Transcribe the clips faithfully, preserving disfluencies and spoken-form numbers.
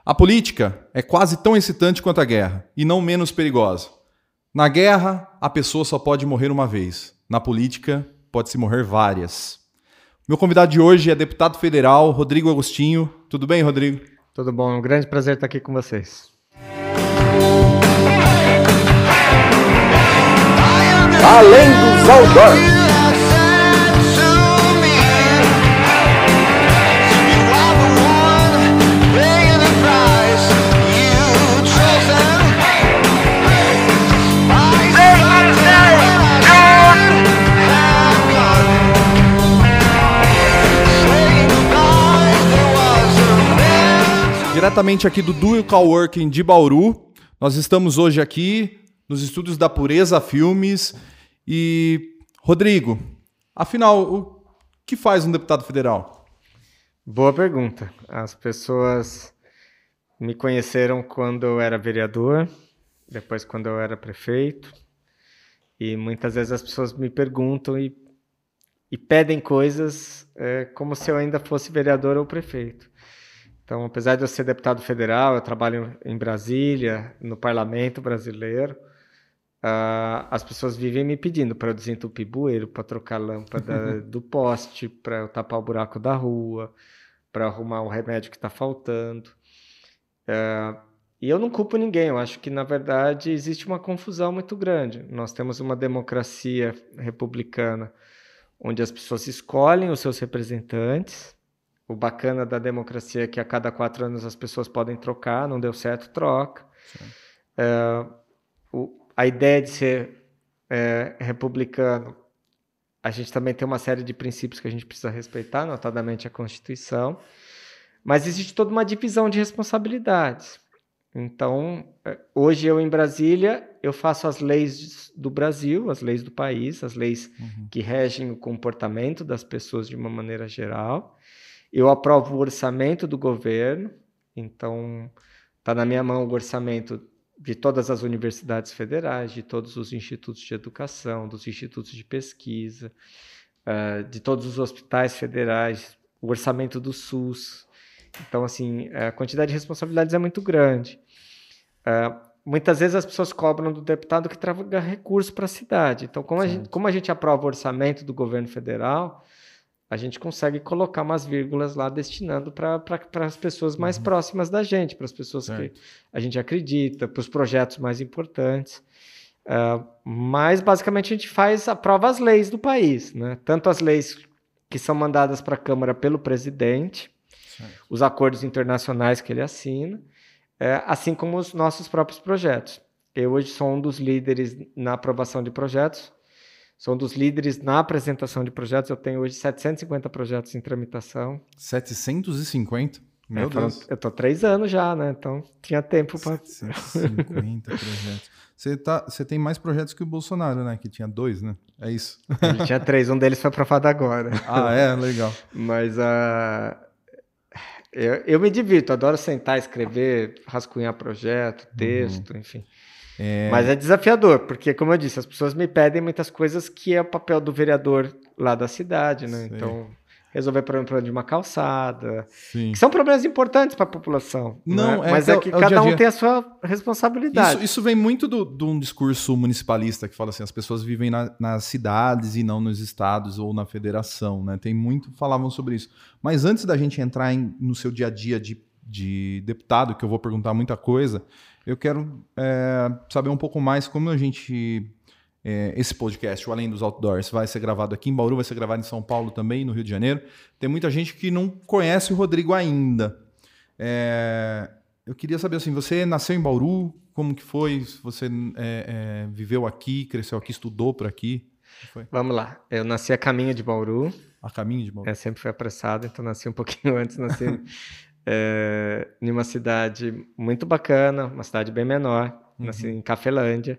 A política é quase tão excitante quanto a guerra, e não menos perigosa. Na guerra, a pessoa só pode morrer uma vez. Na política, pode-se morrer várias. Meu convidado de hoje é deputado federal Rodrigo Agostinho. Tudo bem, Rodrigo? Tudo bom, é um grande prazer estar aqui com vocês. Além dos outdoors. Diretamente aqui do Do You Coworking de Bauru, nós estamos hoje aqui nos estúdios da Pureza Filmes. E, Rodrigo, afinal, o que faz um deputado federal? Boa pergunta. As pessoas me conheceram quando eu era vereador, depois quando eu era prefeito, e muitas vezes as pessoas me perguntam e, e pedem coisas é, como se eu ainda fosse vereador ou prefeito. Então, apesar de eu ser deputado federal, eu trabalho em Brasília, no parlamento brasileiro, uh, as pessoas vivem me pedindo para eu desentupir bueiro, para trocar lâmpada do poste, para eu tapar o buraco da rua, para arrumar o remédio que está faltando. Uh, e eu não culpo ninguém, eu acho que, na verdade, existe uma confusão muito grande. Nós temos uma democracia republicana onde as pessoas escolhem os seus representantes. O bacana da democracia é que a cada quatro anos as pessoas podem trocar, não deu certo, troca. É, o, a ideia de ser é, republicano, a gente também tem uma série de princípios que a gente precisa respeitar, notadamente a Constituição, mas existe toda uma divisão de responsabilidades. Então, hoje eu em Brasília, eu faço as leis do Brasil, as leis do país, as leis uhum. que regem o comportamento das pessoas de uma maneira geral. Eu aprovo o orçamento do governo, então está na minha mão o orçamento de todas as universidades federais, de todos os institutos de educação, dos institutos de pesquisa, uh, de todos os hospitais federais, o orçamento do SUS. Então, assim, a quantidade de responsabilidades é muito grande. Uh, muitas vezes as pessoas cobram do deputado que traga recurso para a cidade. Então, como a, gente, como a gente aprova o orçamento do governo federal, a gente consegue colocar umas vírgulas lá destinando para as pessoas mais uhum. próximas da gente, para as pessoas certo. que a gente acredita, para os projetos mais importantes. Uh, mas, basicamente, a gente faz, aprova as leis do país, né? Tanto as leis que são mandadas para a Câmara pelo presidente, certo. os acordos internacionais que ele assina, é, assim como os nossos próprios projetos. Eu hoje sou um dos líderes na aprovação de projetos, sou um dos líderes na apresentação de projetos. Eu tenho hoje setecentos e cinquenta projetos em tramitação. setecentos e cinquenta? Meu é, Deus. Foram, eu estou há três anos já, né? Então tinha tempo para... setecentos e cinquenta projetos. Você, tá, você tem mais projetos que o Bolsonaro, né? Que tinha dois, né? É isso. Ele tinha três, um deles foi aprovado agora. Ah, é? Legal. Mas uh, eu, eu me divirto, adoro sentar, escrever, rascunhar projeto, texto, uhum. enfim. É... Mas é desafiador, porque, como eu disse, as pessoas me pedem muitas coisas que é o papel do vereador lá da cidade, né? Sei. Então, resolver problema de uma calçada, Sim. que são problemas importantes para a população. Não, né? é, Mas é, é que é cada dia -dia. um tem a sua responsabilidade. Isso, isso vem muito do, de um discurso municipalista que fala assim, as pessoas vivem na, nas cidades e não nos estados ou na federação, né? Tem muito, falavam sobre isso. Mas antes da gente entrar em, no seu dia a dia de, de deputado, que eu vou perguntar muita coisa, eu quero é, saber um pouco mais como a gente... É, esse podcast, o Além dos Outdoors, vai ser gravado aqui em Bauru, vai ser gravado em São Paulo também, no Rio de Janeiro. Tem muita gente que não conhece o Rodrigo ainda. É, eu queria saber assim, você nasceu em Bauru? Como que foi? Você é, é, viveu aqui, cresceu aqui, estudou por aqui? Foi? Vamos lá. Eu nasci a caminho de Bauru. A caminho de Bauru. Eu sempre fui apressado, então nasci um pouquinho antes. Nasci é, em uma cidade muito bacana, uma cidade bem menor. Uhum. Nasci em Cafelândia.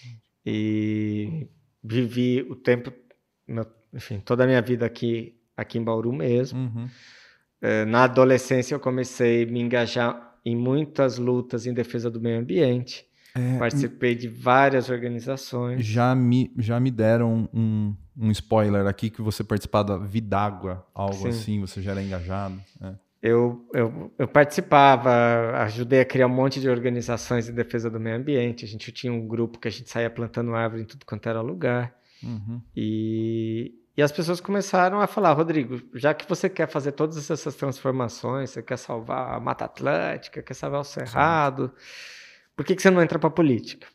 E vivi o tempo, enfim, toda a minha vida aqui, aqui em Bauru mesmo. Uhum. É, na adolescência eu comecei a me engajar em muitas lutas em defesa do meio ambiente. É, Participei de várias organizações. Já me, já me deram um, um spoiler aqui que você participava da Vidágua, algo Sim. assim, você já era engajado. É. Eu, eu, eu participava, ajudei a criar um monte de organizações em defesa do meio ambiente. A gente tinha um grupo que a gente saía plantando árvore em tudo quanto era lugar. Uhum. E, e as pessoas começaram a falar, Rodrigo, já que você quer fazer todas essas transformações, você quer salvar a Mata Atlântica, quer salvar o Cerrado, por que, que você não entra para a política?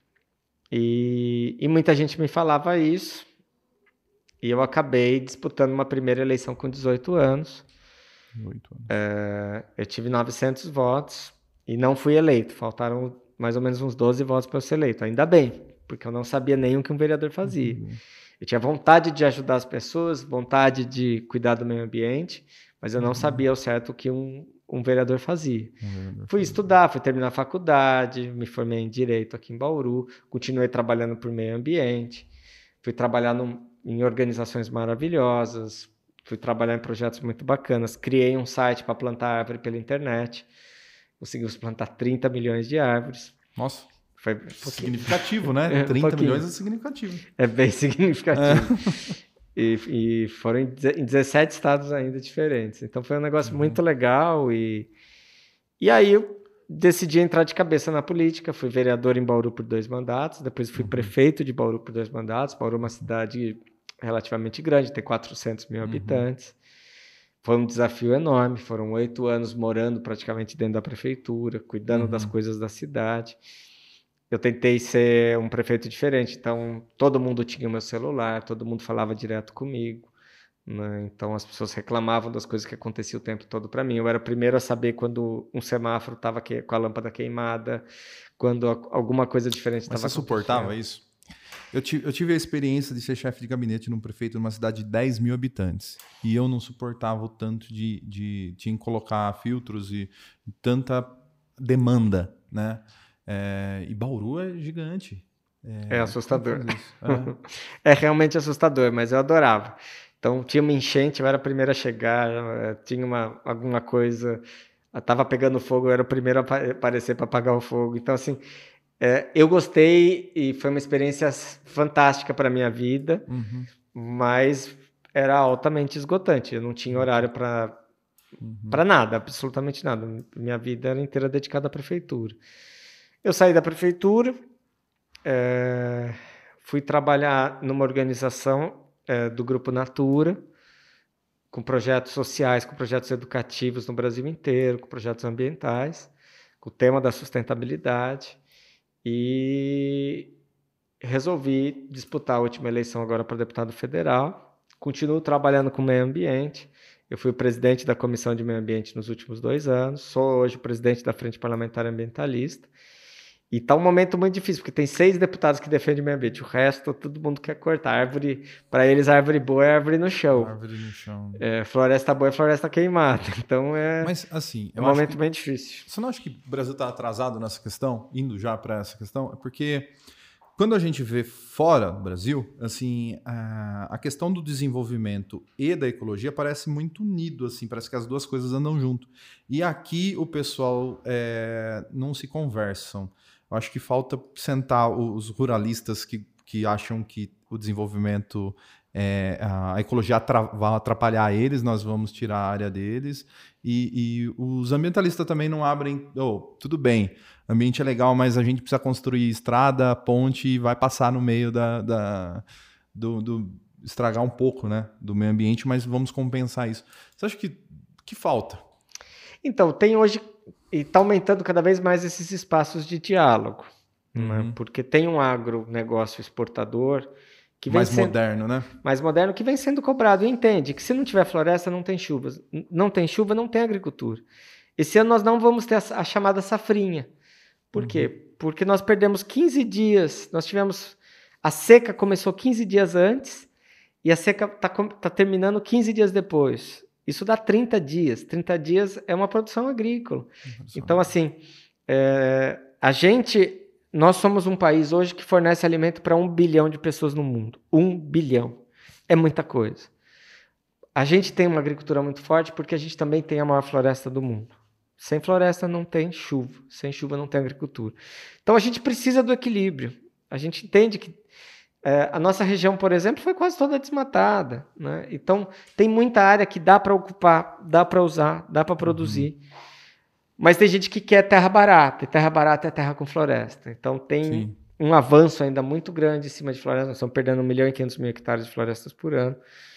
E, e muita gente me falava isso. E eu acabei disputando uma primeira eleição com dezoito anos. Oito anos. É, eu tive novecentos votos e não fui eleito. Faltaram mais ou menos uns doze votos para eu ser eleito. Ainda bem, porque eu não sabia nem o que um vereador fazia. Uhum. Eu tinha vontade de ajudar as pessoas, vontade de cuidar do meio ambiente, mas eu não Uhum. sabia ao certo o que um, um vereador fazia. Um vereador Fui fazia. estudar, fui terminar a faculdade, me formei em Direito aqui em Bauru, continuei trabalhando por meio ambiente, fui trabalhar num, em organizações maravilhosas, fui trabalhar em projetos muito bacanas, criei um site para plantar árvore pela internet, conseguimos plantar trinta milhões de árvores. Nossa, Foi um significativo, né? É, um trinta pouquinho. milhões é significativo. É bem significativo. É. E, e foram em dezessete estados ainda diferentes. Então foi um negócio Uhum. muito legal. E, e aí eu decidi entrar de cabeça na política. Fui vereador em Bauru por dois mandatos. Depois fui Uhum. prefeito de Bauru por dois mandatos. Bauru é uma cidade relativamente grande, tem quatrocentos mil Uhum. habitantes. Foi um desafio enorme. Foram oito anos morando praticamente dentro da prefeitura, cuidando Uhum. das coisas da cidade. Eu tentei ser um prefeito diferente, então todo mundo tinha o meu celular, todo mundo falava direto comigo, né? Então as pessoas reclamavam das coisas que aconteciam o tempo todo para mim. Eu era o primeiro a saber quando um semáforo estava com a lâmpada queimada, quando alguma coisa diferente estava acontecendo. Mas você suportava isso? Eu tive, eu tive a experiência de ser chefe de gabinete num prefeito numa cidade de dez mil habitantes. E eu não suportava o tanto de, de... Tinha que colocar filtros e tanta demanda, né? É, e Bauru é gigante. É, é assustador. É. É realmente assustador, mas eu adorava. Então tinha uma enchente, eu era o primeiro a chegar, tinha uma, alguma coisa, estava pegando fogo, eu era o primeiro a aparecer para apagar o fogo. Então, assim, é, eu gostei e foi uma experiência fantástica para a minha vida, uhum. mas era altamente esgotante. Eu não tinha horário para uhum. para nada, absolutamente nada. Minha vida era inteira dedicada à prefeitura. Eu saí da prefeitura, é, fui trabalhar numa organização é, do Grupo Natura, com projetos sociais, com projetos educativos no Brasil inteiro, com projetos ambientais, com o tema da sustentabilidade, e resolvi disputar a última eleição agora para deputado federal. Continuo trabalhando com meio ambiente. Eu fui o presidente da Comissão de Meio Ambiente nos últimos dois anos, sou hoje o presidente da Frente Parlamentar Ambientalista. E está um momento muito difícil, porque tem seis deputados que defendem o meio ambiente, o resto todo mundo quer cortar. Árvore, para eles, árvore boa é árvore no chão. Árvore no chão. É, floresta boa é floresta queimada. Então é, Mas, assim, é um momento bem difícil. Você não acha que o Brasil está atrasado nessa questão, indo já para essa questão? É porque quando a gente vê fora do Brasil, assim, a, a questão do desenvolvimento e da ecologia parece muito unido, assim, parece que as duas coisas andam junto. E aqui o pessoal é, não se conversam. Eu acho que falta sentar os ruralistas que, que acham que o desenvolvimento, é, a ecologia atra- vai atrapalhar eles, nós vamos tirar a área deles. E, e os ambientalistas também não abrem... Oh, tudo bem, ambiente é legal, mas a gente precisa construir estrada, ponte e vai passar no meio da... da do, do, estragar um pouco, né, do meio ambiente, mas vamos compensar isso. Você acha que, que falta? Então, tem hoje... E está aumentando cada vez mais esses espaços de diálogo, uhum. né? Porque tem um agronegócio exportador que vem mais sendo, moderno, né? Mais moderno, que vem sendo cobrado. E entende que se não tiver floresta, não tem chuva. Não tem chuva, não tem agricultura. Esse ano nós não vamos ter a, a chamada safrinha. Por uhum. quê? Porque nós perdemos quinze dias. Nós tivemos... A seca começou quinze dias antes e a seca está tá terminando quinze dias depois. Isso dá trinta dias. trinta dias é uma produção agrícola. Uhum. Então, assim, é, a gente... Nós somos um país hoje que fornece alimento para um bilhão de pessoas no mundo. Um bilhão. É muita coisa. A gente tem uma agricultura muito forte porque a gente também tem a maior floresta do mundo. Sem floresta não tem chuva. Sem chuva não tem agricultura. Então, a gente precisa do equilíbrio. A gente entende que É, a nossa região, por exemplo, foi quase toda desmatada, né? Então, tem muita área que dá para ocupar, dá para usar, dá para produzir. Uhum. Mas tem gente que quer terra barata, e terra barata é terra com floresta. Então, tem Sim. um avanço ainda muito grande em cima de floresta. Nós estamos perdendo um milhão e quinhentos mil hectares de florestas por ano.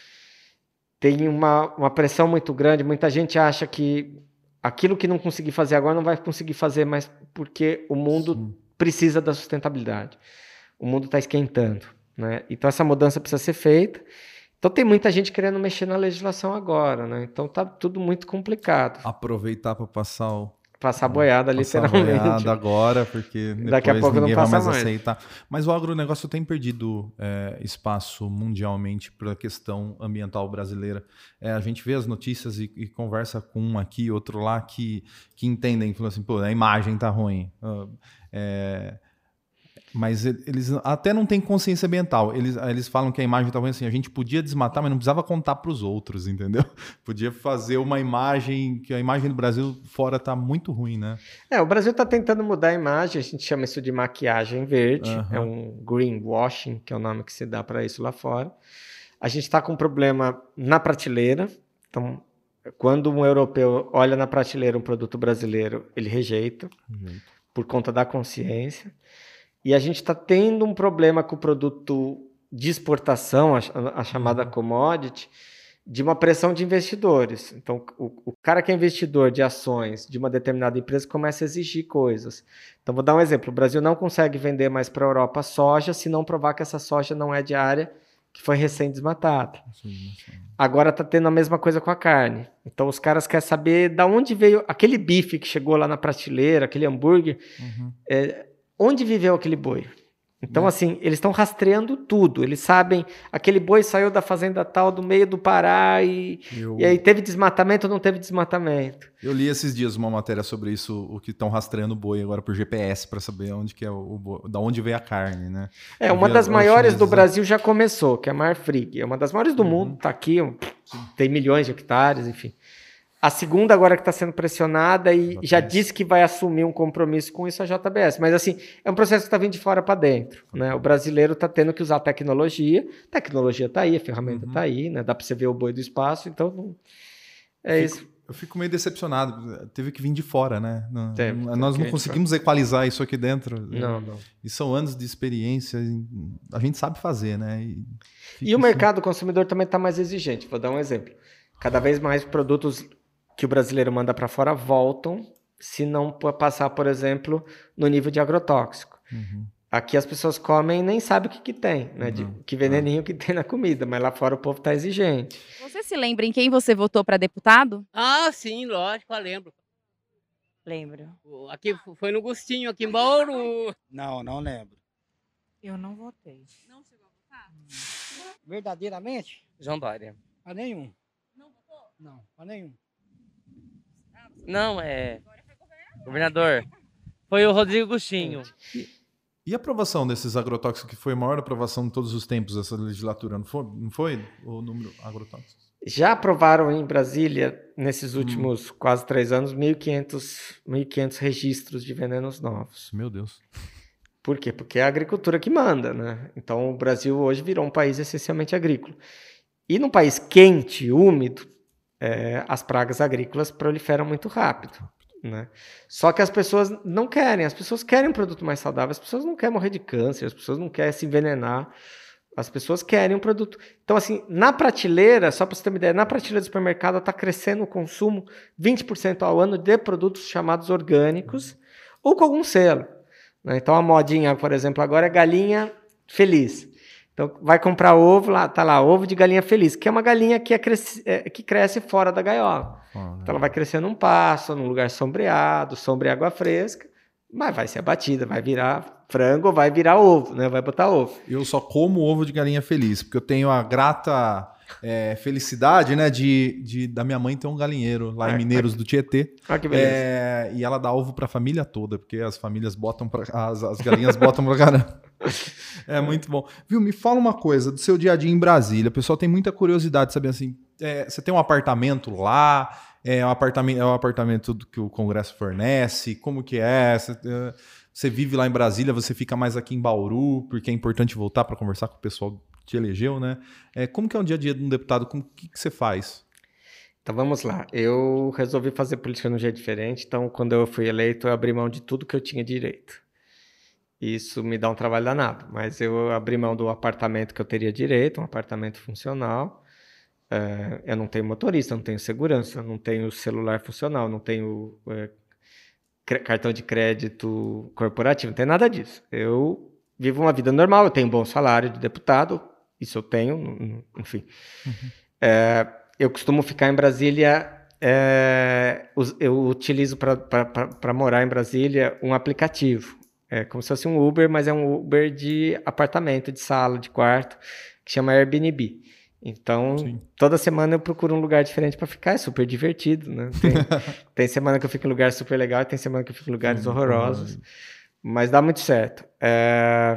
Tem uma, uma pressão muito grande. Muita gente acha que aquilo que não conseguir fazer agora não vai conseguir fazer mais porque o mundo Sim. precisa da sustentabilidade. O mundo está esquentando, né? Então essa mudança precisa ser feita. Então tem muita gente querendo mexer na legislação agora, né? Então tá tudo muito complicado. Aproveitar para passar o passar a boiada, passar literalmente. Passar boiada agora, porque depois daqui a pouco ninguém não passa vai mais, mais aceitar. Mas o agronegócio tem perdido é, espaço mundialmente para a questão ambiental brasileira. É, a gente vê as notícias e, e conversa com um aqui, outro lá, que, que entendem, falam assim, pô, a imagem tá ruim. É... Mas eles até não têm consciência ambiental. Eles, eles falam que a imagem está ruim assim. A gente podia desmatar, mas não precisava contar para os outros, entendeu? Podia fazer uma imagem, que a imagem do Brasil fora está muito ruim, né? É, o Brasil está tentando mudar a imagem. A gente chama isso de maquiagem verde. Uhum. É um greenwashing, que é o nome que se dá para isso lá fora. A gente está com um problema na prateleira. Então, quando um europeu olha na prateleira um produto brasileiro, ele rejeita, uhum. por conta da consciência. E a gente está tendo um problema com o produto de exportação, a, a chamada commodity, de uma pressão de investidores. Então, o, o cara que é investidor de ações de uma determinada empresa começa a exigir coisas. Então, vou dar um exemplo. O Brasil não consegue vender mais para a Europa soja se não provar que essa soja não é de área que foi recém-desmatada. Agora está tendo a mesma coisa com a carne. Então, os caras querem saber de onde veio aquele bife que chegou lá na prateleira, aquele hambúrguer, uhum. é, onde viveu aquele boi? Então, é. assim, eles estão rastreando tudo. Eles sabem, aquele boi saiu da fazenda tal, do meio do Pará, e, eu... e aí teve desmatamento ou não teve desmatamento. Eu li esses dias uma matéria sobre isso, o que estão rastreando o boi agora por G P S, para saber onde que é o, o boi, da onde veio a carne, né? É, eu uma das maiores do Brasil já começou, que é a Marfrig. É uma das maiores do uhum. mundo, está aqui, um, tem milhões de hectares, enfim. A segunda agora que está sendo pressionada e J B S. Já disse que vai assumir um compromisso com isso, a J B S. Mas assim, é um processo que está vindo de fora para dentro. Né? O brasileiro está tendo que usar tecnologia. A tecnologia está aí, a ferramenta está uhum. aí, né? Dá para você ver o boi do espaço, então é eu isso. Fico, eu fico meio decepcionado. Teve que vir de fora, né? Não, Teve, nós não conseguimos equalizar isso aqui dentro. Não, não. E são anos de experiência. A gente sabe fazer, né? E, e o assim... mercado consumidor também está mais exigente. Vou dar um exemplo. Cada vez mais produtos que o brasileiro manda para fora voltam, se não passar, por exemplo, no nível de agrotóxico. Uhum. Aqui as pessoas comem e nem sabem o que, que tem, né? Uhum. De, que veneninho uhum. que tem na comida, mas lá fora o povo está exigente. Você se lembra em quem você votou para deputado? Ah, sim, lógico, eu lembro. Lembro. Aqui foi no Gostinho, aqui em Bauru. Não, não lembro. Eu não votei. Não chegou a votar? Hum. Verdadeiramente? João Dória. Para nenhum. Não votou? Não, para nenhum. Não, é... Governador, foi o Rodrigo Gostinho. E, e a aprovação desses agrotóxicos, que foi a maior aprovação de todos os tempos dessa legislatura, não foi, não foi o número agrotóxicos? Já aprovaram em Brasília, nesses últimos hum. quase três anos, mil e quinhentos registros de venenos novos. Meu Deus. Por quê? Porque é a agricultura que manda, né? Então o Brasil hoje virou um país essencialmente agrícola. E num país quente, úmido, É, as pragas agrícolas proliferam muito rápido, né? Só que as pessoas não querem, as pessoas querem um produto mais saudável, as pessoas não querem morrer de câncer, as pessoas não querem se envenenar, as pessoas querem um produto. Então, assim, na prateleira, só para você ter uma ideia, na prateleira do supermercado está crescendo o consumo vinte por cento ao ano de produtos chamados orgânicos ou com algum selo, né? Então, a modinha, por exemplo, agora é galinha feliz. Então, vai comprar ovo, lá tá lá, ovo de galinha feliz, que é uma galinha que, é cresce, é, que cresce fora da gaiola. Ah, então, ela vai crescer num pasto, num lugar sombreado, sombra e água fresca, mas vai ser abatida, vai virar frango ou vai virar ovo, né? Vai botar ovo. Eu só como ovo de galinha feliz, porque eu tenho a grata é, felicidade, né, de, de da minha mãe ter um galinheiro lá ah, em Mineiros ah, do Tietê. Ah, que beleza. É, e ela dá ovo para a família toda, porque as famílias botam pra, as, as galinhas botam pra caramba. É muito bom. Viu, me fala uma coisa do seu dia a dia em Brasília. O pessoal tem muita curiosidade de saber assim, é, você tem um apartamento lá, É o apartamento, é o apartamento que o Congresso fornece? Como que é? Você, é, você vive lá em Brasília, você fica mais aqui em Bauru, porque é importante voltar para conversar com o pessoal que te elegeu, né? É, como que é o dia a dia de um deputado? O que, que você faz? Então vamos lá. Eu resolvi fazer política de um jeito diferente. Então, quando eu fui eleito, eu abri mão de tudo que eu tinha direito. Isso me dá um trabalho danado, mas eu abri mão do apartamento que eu teria direito, um apartamento funcional. Uh, eu não tenho motorista, não tenho segurança, não tenho celular funcional, não tenho uh, cartão de crédito corporativo, não tenho nada disso. Eu vivo uma vida normal, eu tenho um bom salário de deputado, isso eu tenho, enfim. Uhum. Uh, eu costumo ficar em Brasília, uh, eu utilizo para morar em Brasília um aplicativo. É como se fosse um Uber, mas é um Uber de apartamento, de sala, de quarto, que chama Airbnb. Então, sim, toda semana eu procuro um lugar diferente para ficar, é super divertido, né? Tem, tem semana que eu fico em lugar super legal, tem semana que eu fico em lugares hum, horrorosos, hum. mas dá muito certo. É...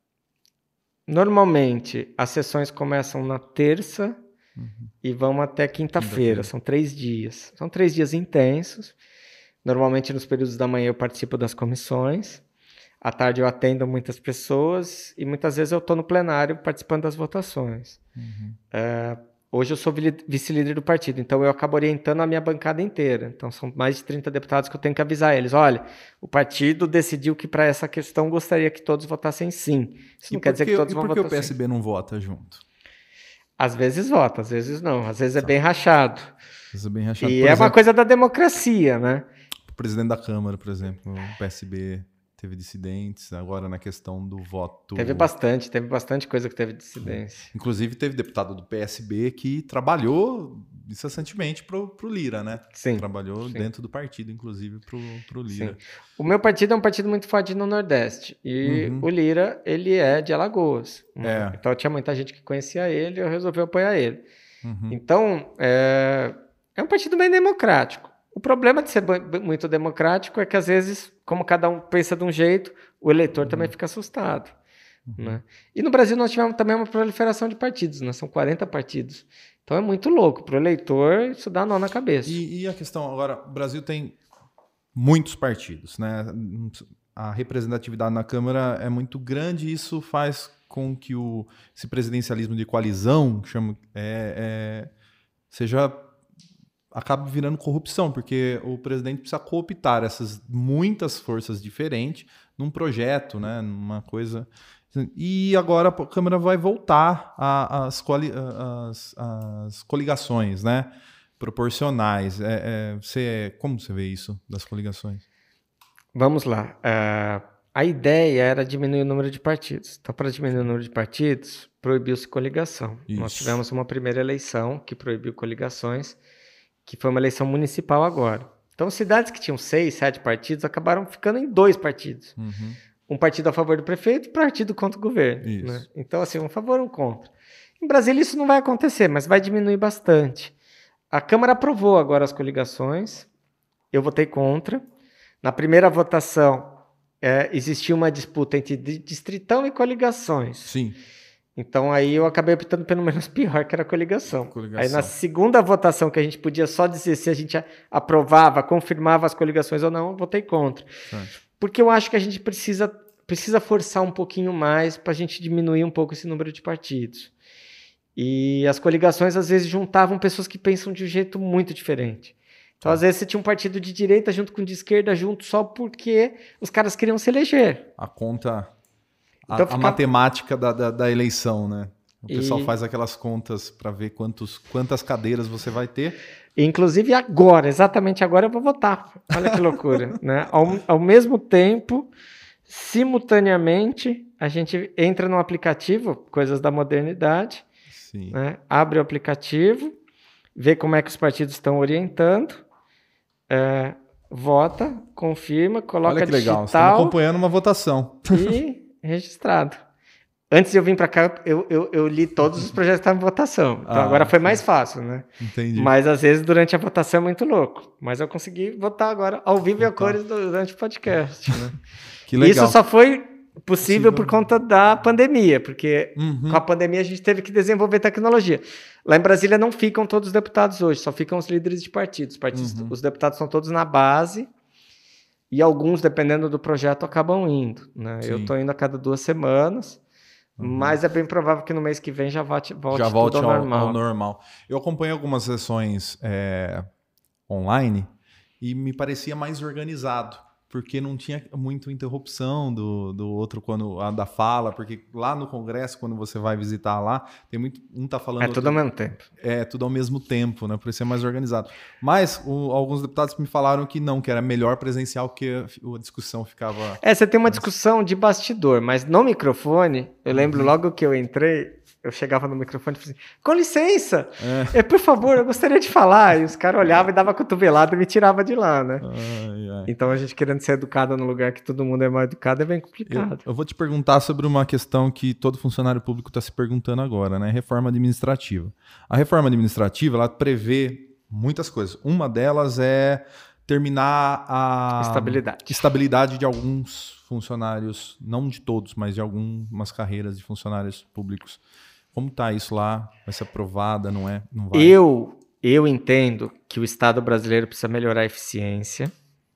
Normalmente, as sessões começam na terça uhum. e vão até quinta-feira, são três dias. São três dias intensos. Normalmente, nos períodos da manhã eu participo das comissões, à tarde eu atendo muitas pessoas e muitas vezes eu estou no plenário participando das votações. Uhum. Uh, hoje eu sou vice-líder do partido, então eu acabo orientando a minha bancada inteira. Então são mais de trinta deputados que eu tenho que avisar eles. Olha, o partido decidiu que para essa questão gostaria que todos votassem sim. Isso não quer dizer que todos vão votar sim. E por que o P S B não vota junto? Às vezes vota, às vezes não. Às vezes é bem rachado. Às vezes é bem rachado. E é uma coisa da democracia, né? O presidente da Câmara, por exemplo, o P S B... teve dissidentes, agora na questão do voto... Teve bastante, teve bastante coisa que teve dissidência. Inclusive teve deputado do P S B que trabalhou incessantemente pro, pro Lira, né? Sim. Trabalhou sim. dentro do partido, inclusive, pro, pro Lira. Sim. O meu partido é um partido muito forte no Nordeste. E uhum. o Lira, ele é de Alagoas. É. Então tinha muita gente que conhecia ele e eu resolvi apoiar ele. Uhum. Então, é... é um partido bem democrático. O problema de ser muito democrático é que, às vezes, como cada um pensa de um jeito, o eleitor uhum. também fica assustado. Uhum. Né? E no Brasil nós tivemos também uma proliferação de partidos, né? São quarenta partidos. Então é muito louco. Para o eleitor, isso dá nó na cabeça. E, e a questão, agora, o Brasil tem muitos partidos, né? A representatividade na Câmara é muito grande e isso faz com que o, esse presidencialismo de coalizão, que chama, é, é, seja... acaba virando corrupção, porque o presidente precisa cooptar essas muitas forças diferentes num projeto, né, numa coisa... E agora a Câmara vai voltar às coli... coligações, né, proporcionais. É, é, você, como você vê isso das coligações? Vamos lá. Uh, a ideia era diminuir o número de partidos. Então, para diminuir o número de partidos, proibiu-se coligação. Isso. Nós tivemos uma primeira eleição que proibiu coligações, que foi uma eleição municipal agora. Então, cidades que tinham seis, sete partidos acabaram ficando em dois partidos. Uhum. Um partido a favor do prefeito e um partido contra o governo. Né? Então, assim, um favor e um contra. Em Brasília isso não vai acontecer, mas vai diminuir bastante. A Câmara aprovou agora as coligações. Eu votei contra. Na primeira votação, é, existia uma disputa entre distritão e coligações. Sim. Então, aí eu acabei optando pelo menos pior, que era a coligação. coligação. Aí, na segunda votação, que a gente podia só dizer se a gente aprovava, confirmava as coligações ou não, eu votei contra. Certo. Porque eu acho que a gente precisa, precisa forçar um pouquinho mais para a gente diminuir um pouco esse número de partidos. E as coligações, às vezes, juntavam pessoas que pensam de um jeito muito diferente. Então, às vezes, você tinha um partido de direita junto com o de esquerda junto só porque os caras queriam se eleger. A conta... A, Então, fica... a matemática da, da, da eleição, né? O pessoal e... faz aquelas contas para ver quantos, quantas cadeiras você vai ter. Inclusive agora, exatamente agora eu vou votar. Olha que loucura. Né? Ao, ao mesmo tempo, simultaneamente, a gente entra no aplicativo, coisas da modernidade, Sim. Né? Abre o aplicativo, vê como é que os partidos estão orientando, é, vota, confirma, coloca Olha que digital. legal, estamos acompanhando uma votação. E registrado. Antes de eu vir para cá, eu, eu, eu li todos os projetos que estavam em votação. Então, ah, agora foi mais fácil, né? Entendi. Mas, às vezes, durante a votação é muito louco. Mas eu consegui votar agora, ao vivo e a cores, durante o podcast. Né? Que legal. Isso só foi possível por conta da pandemia, porque Uhum. com a pandemia a gente teve que desenvolver tecnologia. Lá em Brasília não ficam todos os deputados hoje, só ficam os líderes de partidos. Os, partidos, Uhum. os deputados são todos na base e alguns, dependendo do projeto, acabam indo. Né? Eu Sim. estou indo a cada duas semanas, Uhum. mas é bem provável que no mês que vem já volte, volte, Já volte tudo ao, ao ao normal. normal. Eu acompanhei algumas sessões é, online e me parecia mais organizado, porque não tinha muita interrupção do, do outro quando a da fala, porque lá no Congresso, quando você vai visitar lá, tem muito. Um tá falando. É tudo outro- ao mesmo tempo. É, tudo ao mesmo tempo, né? Por isso é mais organizado. Mas o- alguns deputados me falaram que não, que era melhor presencial, que a, a discussão ficava. É, você tem uma discussão de bastidor, mas no microfone, eu lembro Uhum. logo que eu entrei, eu chegava no microfone e falei assim, com licença, é, por favor, eu gostaria de falar. E os caras olhavam e davam cotovelada e me tirava de lá, né? Ai, ai. Então a gente querendo ser educado no lugar que todo mundo é mal educado é bem Eu, complicado. eu vou te perguntar sobre uma questão que todo funcionário público está se perguntando agora, né? Reforma administrativa. A reforma administrativa, ela prevê muitas coisas. Uma delas é terminar a Estabilidade. estabilidade de alguns funcionários, não de todos, mas de algumas carreiras de funcionários públicos. Como está isso lá? Vai ser aprovada, não é? Não vai? Eu, eu entendo que o Estado brasileiro precisa melhorar a eficiência.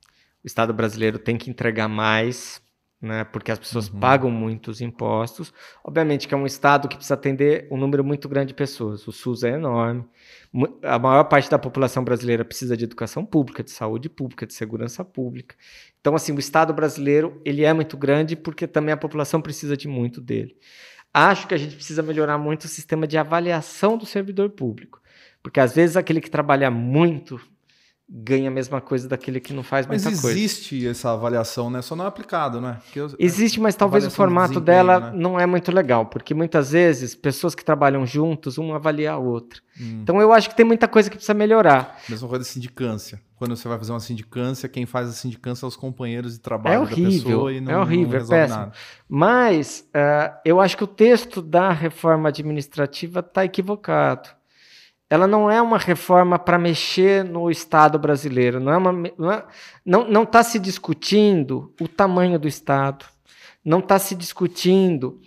O Estado brasileiro tem que entregar mais, né, porque as pessoas Uhum. pagam muitos impostos. Obviamente que é um Estado que precisa atender um número muito grande de pessoas. O SUS é enorme. Mu- A maior parte da população brasileira precisa de educação pública, de saúde pública, de segurança pública. Então, assim, o Estado brasileiro ele é muito grande porque também a população precisa de muito dele. Acho que a gente precisa melhorar muito o sistema de avaliação do servidor público. Porque às vezes aquele que trabalha muito ganha a mesma coisa daquele que não faz Mas muita coisa. existe essa avaliação, né? Só não é aplicado, né? Porque eu- Existe, mas talvez o avaliação de formato desempenho, dela né? não é muito legal, porque muitas vezes pessoas que trabalham juntos, uma avalia a outra. Hum. Então eu acho que tem muita coisa que precisa melhorar. Mesma coisa de sindicância. Quando você vai fazer uma sindicância, quem faz a sindicância são os companheiros de trabalho É da horrível, pessoa e não, é horrível, não é resolve péssimo. nada. Mas eh, eu acho que o texto da reforma administrativa está equivocado. Ela não é uma reforma para mexer no Estado brasileiro. Não é uma, não é- não não está se discutindo o tamanho do Estado. Não está se discutindo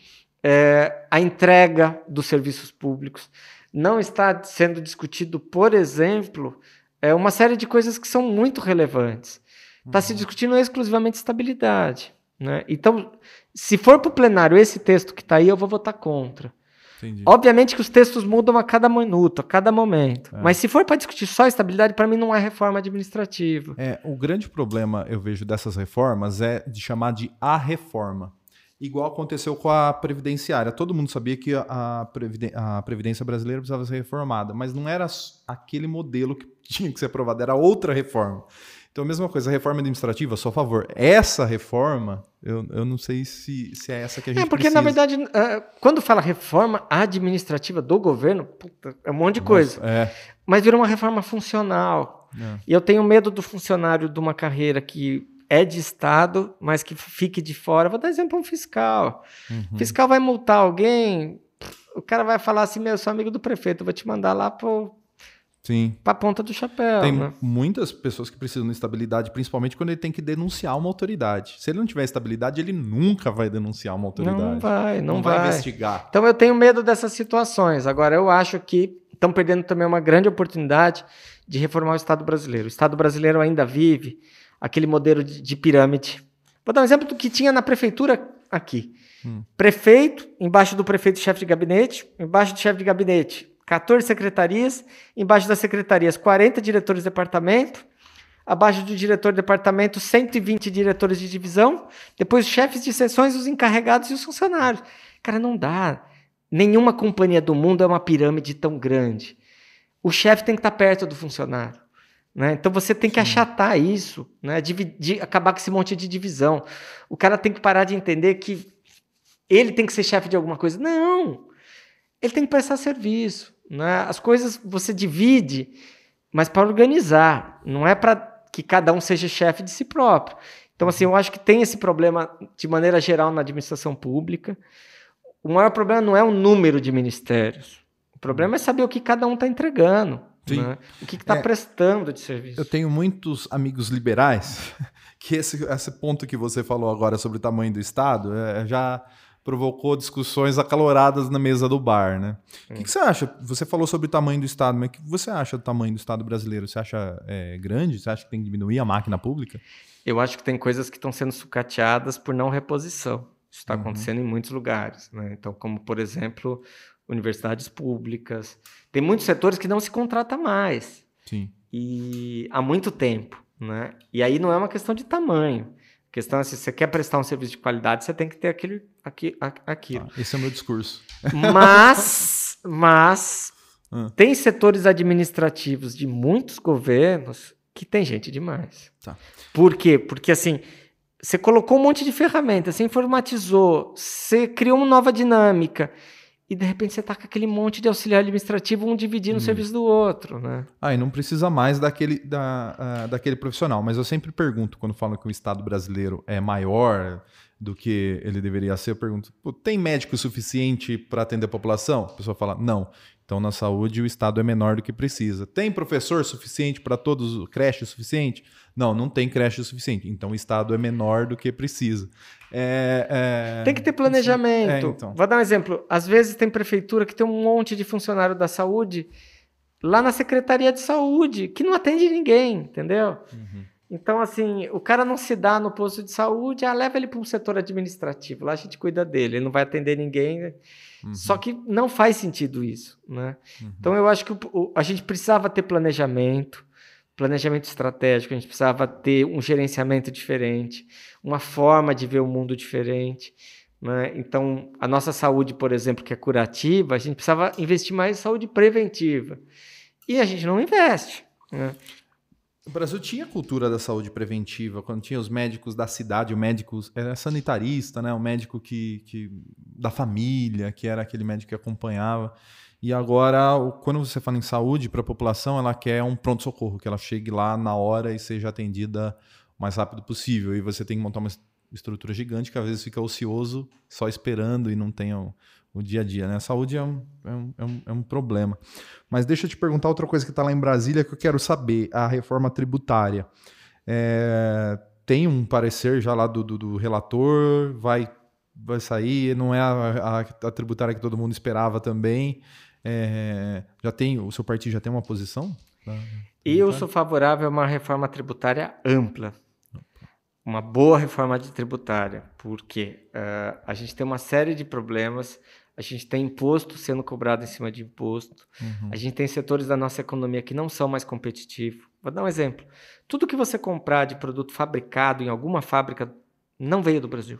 eh, a entrega dos serviços públicos. Não está sendo discutido, por exemplo, é uma série de coisas que são muito relevantes. Está se discutindo exclusivamente estabilidade. Né? Então, se for para o plenário esse texto que está aí, eu vou votar contra. Entendi. Obviamente que os textos mudam a cada minuto, a cada momento. É. Mas se for para discutir só estabilidade, para mim não é reforma administrativa. É, o grande problema, eu vejo, dessas reformas é de chamar de a reforma. Igual aconteceu com a Previdenciária. Todo mundo sabia que a, Previden- a Previdência brasileira precisava ser reformada, mas não era s- aquele modelo que tinha que ser aprovado, era outra reforma. Então, a mesma coisa, a reforma administrativa, sou a favor. Essa reforma, eu, eu não sei se, se é essa que a gente É, porque precisa. na verdade, ah, quando fala reforma administrativa do governo, puta, é um monte de Nossa, coisa. É, Mas vira uma reforma funcional. é. E eu tenho medo do funcionário de uma carreira que é de Estado, mas que fique de fora. Vou dar exemplo um fiscal. Uhum. O fiscal vai multar alguém, o cara vai falar assim, meu, eu sou amigo do prefeito, eu vou te mandar lá pro, Sim. pra ponta do chapéu. Tem né? muitas pessoas que precisam de estabilidade, principalmente quando ele tem que denunciar uma autoridade. Se ele não tiver estabilidade, ele nunca vai denunciar uma autoridade. Não, não vai, não, Não vai. vai investigar. Então eu tenho medo dessas situações. Agora, eu acho que estão perdendo também uma grande oportunidade de reformar o Estado brasileiro. O Estado brasileiro ainda vive aquele modelo de, de pirâmide. Vou dar um exemplo do que tinha na prefeitura aqui. Hum. Prefeito, embaixo do prefeito, chefe de gabinete, embaixo do chefe de gabinete, quatorze secretarias, embaixo das secretarias, quarenta diretores de departamento, abaixo do diretor de departamento, cento e vinte diretores de divisão, depois os chefes de seções, os encarregados e os funcionários. Cara, não dá. Nenhuma companhia do mundo é uma pirâmide tão grande. O chefe tem que estar perto do funcionário. Né? Então você tem que achatar isso, né? Dividir, acabar com esse monte de divisão. O cara tem que parar de entender que ele tem que ser chefe de alguma coisa. Não! Ele tem que prestar serviço. Né? As coisas você divide, mas para organizar. Não é para que cada um seja chefe de si próprio. Então, assim, eu acho que tem esse problema de maneira geral na administração pública. O maior problema não é o número de ministérios. O problema é saber o que cada um está entregando. Sim. Né? O que está É, prestando de serviço? Eu tenho muitos amigos liberais que esse, esse ponto que você falou agora sobre o tamanho do Estado é, já provocou discussões acaloradas na mesa do bar, né? O que, que você acha? Você falou sobre o tamanho do Estado, mas o que você acha do tamanho do Estado brasileiro? Você acha é, grande? Você acha que tem que diminuir a máquina pública? Eu acho que tem coisas que estão sendo sucateadas por não reposição. Isso está Uhum. acontecendo em muitos lugares, né? Então, como, por exemplo, universidades públicas. Tem muitos setores que não se contrata mais. Sim. E há muito tempo, né? E aí não é uma questão de tamanho. A questão é, se você quer prestar um serviço de qualidade, você tem que ter aquele, aqui, a- aquilo. Ah, esse é o meu discurso. Mas, mas Ah. tem setores administrativos de muitos governos que tem gente demais. Tá. Por quê? Porque assim, você colocou um monte de ferramentas, você informatizou, você criou uma nova dinâmica e de repente você está com aquele monte de auxiliar administrativo, um dividindo o serviço do outro, né? Ah, e não precisa mais daquele, da, ah, daquele profissional. Mas eu sempre pergunto, quando falam que o Estado brasileiro é maior do que ele deveria ser, eu pergunto, pô, tem médico suficiente para atender a população? A pessoa fala, não. Então, na saúde, o Estado é menor do que precisa. Tem professor suficiente para todos, creche suficiente? Não, não tem creche suficiente. Então, o Estado é menor do que precisa. É, é... Tem que ter planejamento. É, então. Vou dar um exemplo. Às vezes tem prefeitura que tem um monte de funcionário da saúde lá na Secretaria de Saúde, que não atende ninguém, entendeu? Uhum. Então, assim, o cara não se dá no posto de saúde, ah, leva ele para um setor administrativo, lá a gente cuida dele, ele não vai atender ninguém, né? Uhum. Só que não faz sentido isso, né? Uhum. Então, eu acho que o, o, a gente precisava ter planejamento, planejamento estratégico, a gente precisava ter um gerenciamento diferente, uma forma de ver o mundo diferente, né? Então, a nossa saúde, por exemplo, que é curativa, a gente precisava investir mais em saúde preventiva. E a gente não investe, né? O Brasil tinha cultura da saúde preventiva, quando tinha os médicos da cidade, o médico era sanitarista, né? O médico que, que, da família, que era aquele médico que acompanhava. E agora, o- quando você fala em saúde para a população, ela quer um pronto-socorro, que ela chegue lá na hora e seja atendida o mais rápido possível. E você tem que montar uma es- estrutura gigante que às vezes fica ocioso, só esperando e não tem o, o dia a dia, né? A saúde é um, é, um, é, um, é um problema. Mas deixa eu te perguntar outra coisa que está lá em Brasília que eu quero saber, a reforma tributária. É, tem um parecer já lá do, do, do relator, vai, vai sair, não é a, a, a tributária que todo mundo esperava também. É, já tem, o seu partido já tem uma posição? Eu sou favorável a uma reforma tributária ampla. Uma boa reforma de tributária, porque uh, a gente tem uma série de problemas, a gente tem imposto sendo cobrado em cima de imposto, Uhum. a gente tem setores da nossa economia que não são mais competitivos. Vou dar um exemplo. Tudo que você comprar de produto fabricado em alguma fábrica não veio do Brasil.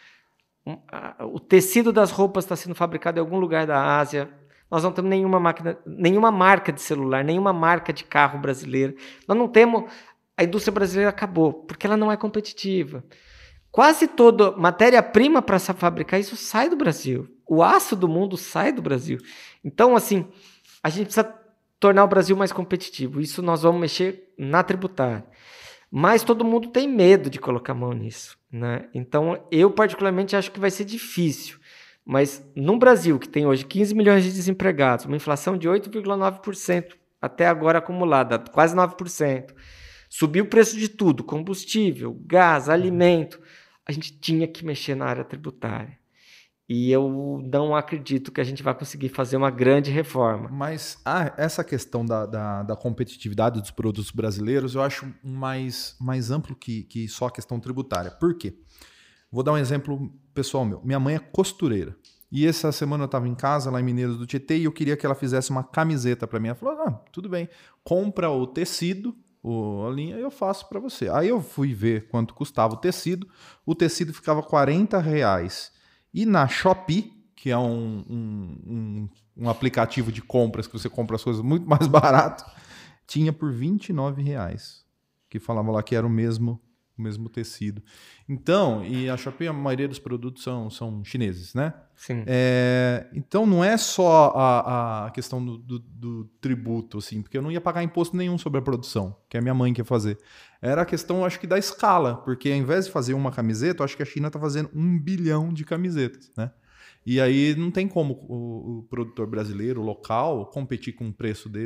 Um, a, o tecido das roupas está sendo fabricado em algum lugar da Ásia. Nós não temos nenhuma máquina, nenhuma marca de celular, nenhuma marca de carro brasileira. Nós não temos... A indústria brasileira acabou, porque ela não é competitiva. Quase toda matéria-prima para se fabricar isso sai do Brasil. O aço do mundo sai do Brasil. Então, assim, a gente precisa tornar o Brasil mais competitivo. Isso nós vamos mexer na tributária. Mas todo mundo tem medo de colocar a mão nisso, né? Então, eu particularmente acho que vai ser difícil. Mas no Brasil, que tem hoje quinze milhões de desempregados, uma inflação de oito vírgula nove por cento até agora acumulada, quase nove por cento, subiu o preço de tudo, combustível, gás, alimento. A gente tinha que mexer na área tributária. E eu não acredito que a gente vai conseguir fazer uma grande reforma. Mas ah, essa questão da, da, da competitividade dos produtos brasileiros eu acho mais, mais amplo que, que só a questão tributária. Por quê? Vou dar um exemplo pessoal meu. Minha mãe é costureira. E essa semana eu estava em casa, lá em Mineiros do Tietê, e eu queria que ela fizesse uma camiseta para mim. Ela falou, ah, tudo bem, compra o tecido, a linha, eu faço para você. Aí eu fui ver quanto custava o tecido. O tecido ficava quarenta reais. E na Shopee, que é um, um, um, um aplicativo de compras que você compra as coisas muito mais barato, tinha por vinte e nove reais. Que falava lá que era o mesmo, o mesmo tecido. Então, e a Shopee, a maioria dos produtos são, são chineses, né? Sim. É, então não é só a, a questão do, do, do tributo, assim, porque eu não ia pagar imposto nenhum sobre a produção, que a minha mãe quer fazer. Era a questão, acho que, da escala, porque ao invés de fazer uma camiseta, eu acho que a China está fazendo um bilhão de camisetas, né? E aí não tem como o, o produtor brasileiro, o local, competir com um preço desse.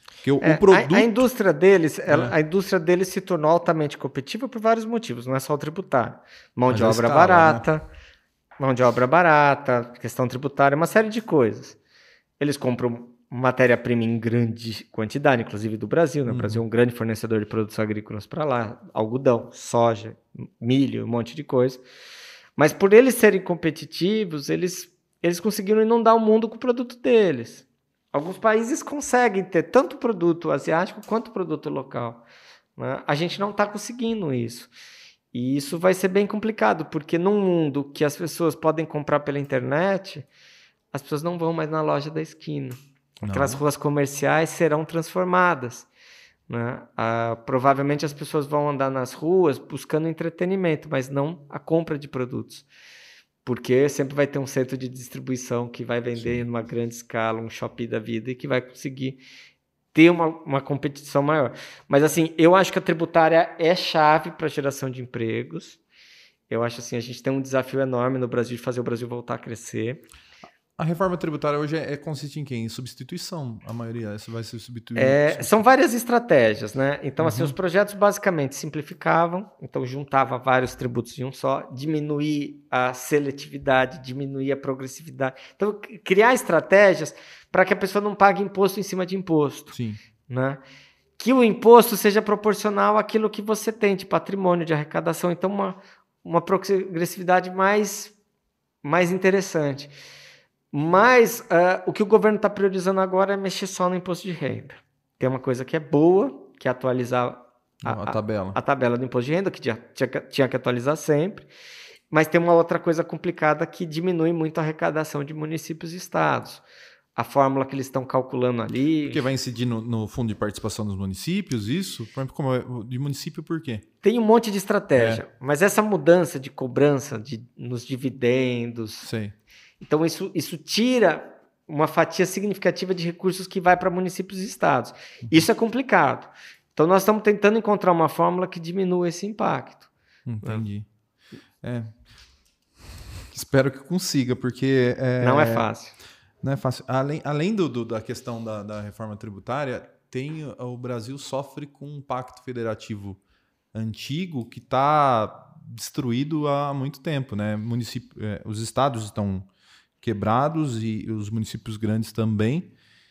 Porque o, É, o produto... a, a indústria deles, ela- É. a indústria deles se tornou altamente competitiva por vários motivos, não é só o tributário. Mão Mas de a obra escala, barata, mão de obra barata, questão tributária, uma série de coisas. Eles compram matéria-prima em grande quantidade, inclusive do Brasil, né? O Uhum. Brasil é um grande fornecedor de produtos agrícolas para lá, algodão, soja, milho, um monte de coisa. Mas por eles serem competitivos, eles, eles conseguiram inundar o mundo com o produto deles. Alguns países conseguem ter tanto produto asiático quanto produto local, né? A gente não está conseguindo isso. E isso vai ser bem complicado, porque num mundo que as pessoas podem comprar pela internet, as pessoas não vão mais na loja da esquina. Aquelas Não. ruas comerciais serão transformadas, né? Ah, provavelmente as pessoas vão andar nas ruas buscando entretenimento, mas não a compra de produtos. Porque sempre vai ter um centro de distribuição que vai vender em uma grande escala, um shopping da vida, e que vai conseguir ter uma, uma competição maior. Mas assim, eu acho que a tributária é chave para a geração de empregos. Eu acho assim, a gente tem um desafio enorme no Brasil de fazer o Brasil voltar a crescer. A reforma tributária hoje é, é- consiste em quê? Em substituição, a maioria. Essa vai ser substituída. É, são várias estratégias, né? Então, assim, Uhum. os projetos basicamente simplificavam, então juntava vários tributos em um só, diminuir a seletividade, diminuir a progressividade. Então, c- criar estratégias para que a pessoa não pague imposto em cima de imposto, Sim. né? Que o imposto seja proporcional àquilo que você tem de patrimônio, de arrecadação. Então, uma, uma progressividade mais, mais interessante. Mas ah, o que o governo está priorizando agora é mexer só no imposto de renda. Tem uma coisa que é boa, que é atualizar A, a, a- tabela. a tabela do imposto de renda, que tinha, tinha que- tinha que atualizar sempre. Mas tem uma outra coisa complicada que diminui muito a arrecadação de municípios e estados. A fórmula que eles estão calculando ali. Porque vai incidir no, no fundo de participação dos municípios, isso? Por exemplo, como é- de município por quê? Tem um monte de estratégia, mas essa mudança de cobrança de, nos dividendos, Sei. então isso, isso tira uma fatia significativa de recursos que vai para municípios e estados. Isso é complicado. Então nós estamos tentando encontrar uma fórmula que diminua esse impacto. Entendi. É. Espero que consiga, porque... Não é fácil. Não é fácil. Além, além do, do- da questão da, da reforma tributária, tem, o Brasil sofre com um pacto federativo antigo que está destruído há muito tempo, né? Município, é, os estados estão quebrados e os municípios grandes também.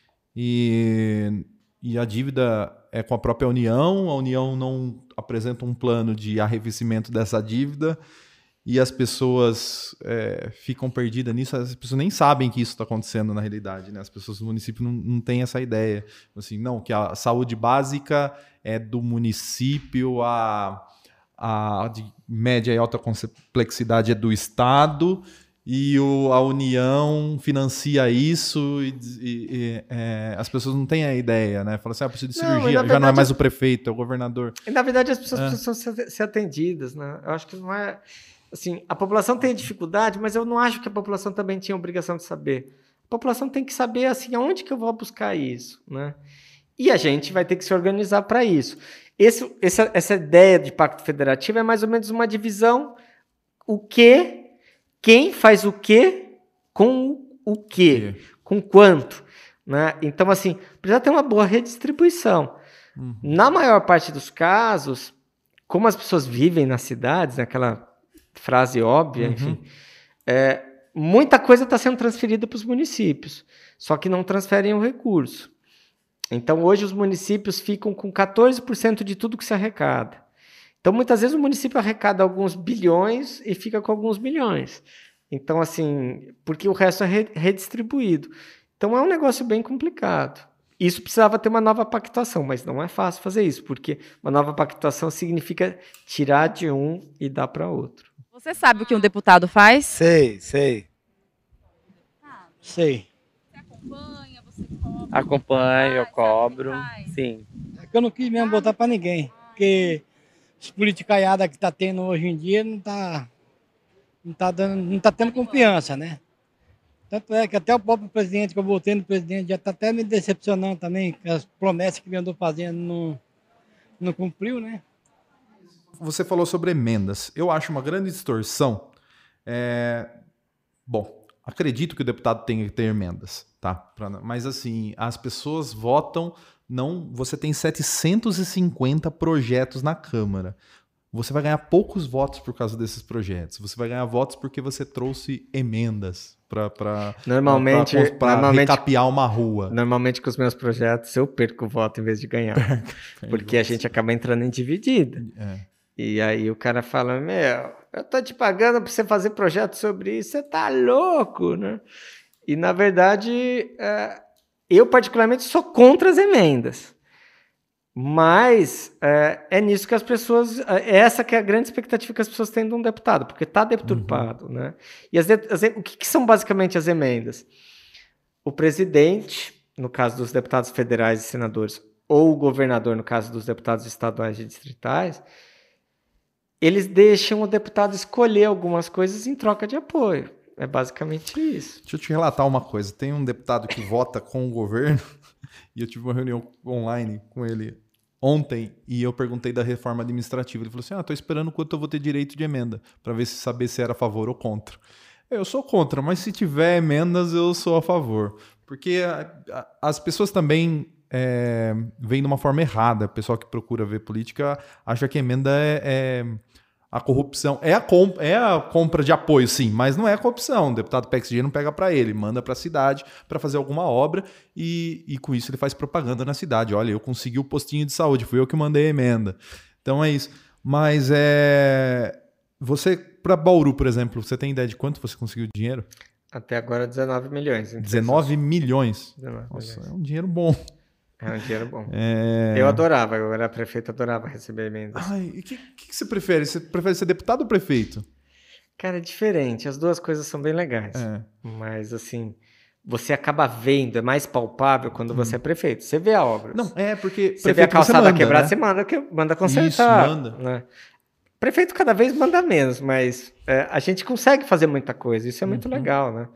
E, e a dívida é com a própria União. A União não apresenta um plano de arrefecimento dessa dívida. E as pessoas é, ficam perdidas nisso, as pessoas nem sabem que isso está acontecendo na realidade, né? As pessoas do município não, não têm essa ideia. Assim, não, que a saúde básica é do município, a, a de média e alta complexidade é do Estado, e o, a União financia isso, e, e- e, é, as pessoas não têm a ideia, né? Falam assim, ah, preciso de Não, e cirurgia, na já não é verdade- mais o prefeito, é o governador. E, na verdade, as pessoas É. precisam ser, ser atendidas, né? Eu acho que não é... Assim, a população tem dificuldade, mas eu não acho que a população também tinha obrigação de saber. A população tem que saber, assim, aonde que eu vou buscar isso, né? E a gente vai ter que se organizar para isso. Esse, essa, essa ideia de pacto federativo é mais ou menos uma divisão, o que, quem faz o que com o que, com quanto, né? Então, assim, precisa ter uma boa redistribuição. Uhum. Na maior parte dos casos, como as pessoas vivem nas cidades, aquela frase óbvia, Uhum. enfim, é, muita coisa está sendo transferida para os municípios, só que não transferem o recurso. Então, hoje, os municípios ficam com quatorze por cento de tudo que se arrecada. Então, muitas vezes, o município arrecada alguns bilhões e fica com alguns milhões. Então, assim, porque o resto é re- redistribuído. Então, é um negócio bem complicado. Isso precisava ter uma nova pactuação, mas não é fácil fazer isso, porque uma nova pactuação significa tirar de um e dar para outro. Você sabe o que um deputado faz? Sei, sei. Sei. Você acompanha, você cobra? Acompanho, eu Faz, sabe cobro. quem faz? Sim. É que eu não quis mesmo botar pra ninguém. Porque os politicaiada que tá tendo hoje em dia não tá, não tá, dando, não tá tendo confiança, né? Tanto é que até o próprio presidente, que eu votei no presidente, já tá até me decepcionando também, que as promessas que ele andou fazendo não, não cumpriu, né? Você falou sobre emendas. Eu acho uma grande distorção. É, Bom, acredito que o deputado tenha que ter emendas, tá? Pra- Mas assim, as pessoas votam não, você tem setecentos e cinquenta projetos na Câmara. Você vai ganhar poucos votos por causa desses projetos. Você vai ganhar votos porque você trouxe emendas para Normalmente, normalmente retapear uma rua. Normalmente com os meus projetos eu perco o voto em vez de ganhar. Porque a gente acaba entrando em dividida. É. E aí o cara fala, meu, eu tô te pagando para você fazer projeto sobre isso, você tá louco, né? E na verdade, é, eu particularmente sou contra as emendas. Mas é, é nisso que as pessoas... É essa que é a grande expectativa que as pessoas têm de um deputado, porque está deturpado, uhum. né? E as, as, o que, que são basicamente as emendas? O presidente, no caso dos deputados federais e senadores, ou o governador, no caso dos deputados estaduais e distritais, eles deixam o deputado escolher algumas coisas em troca de apoio. É basicamente isso. Deixa eu te relatar uma coisa. Tem um deputado que vota com o governo e eu tive uma reunião online com ele ontem e eu perguntei da reforma administrativa. Ele falou assim, ah, tô esperando quanto eu vou ter direito de emenda para ver se saber se era a favor ou contra. Eu sou contra, mas se tiver emendas eu sou a favor. Porque a, a, as pessoas também é, veem de uma forma errada. O pessoal que procura ver política acha que emenda é... é a corrupção é a, comp- é a compra de apoio, sim, mas não é a corrupção. O deputado pega esse dinheiro, não pega para ele, manda para a cidade para fazer alguma obra e, e com isso ele faz propaganda na cidade. Olha, eu consegui o postinho de saúde, fui eu que mandei a emenda. Então é isso. Mas é... Você, para Bauru, por exemplo, você tem ideia de quanto você conseguiu dinheiro? Até agora dezenove milhões. dezenove milhões? dezenove Nossa, milhões. É um dinheiro bom. É um dinheiro bom. É... Eu adorava, eu era prefeito, adorava receber emendas. Ai, o que, que, que você prefere? Você prefere ser deputado ou prefeito? Cara, é diferente. As duas coisas são bem legais. É. Mas, assim, você acaba vendo, é mais palpável quando hum. você é prefeito. Você vê a obra. Não, é porque... Você vê a calçada você manda, quebrada, né? você manda, que, manda consertar. Isso, manda. Né? Prefeito cada vez manda menos, mas é, a gente consegue fazer muita coisa. Isso é muito uhum. legal, né?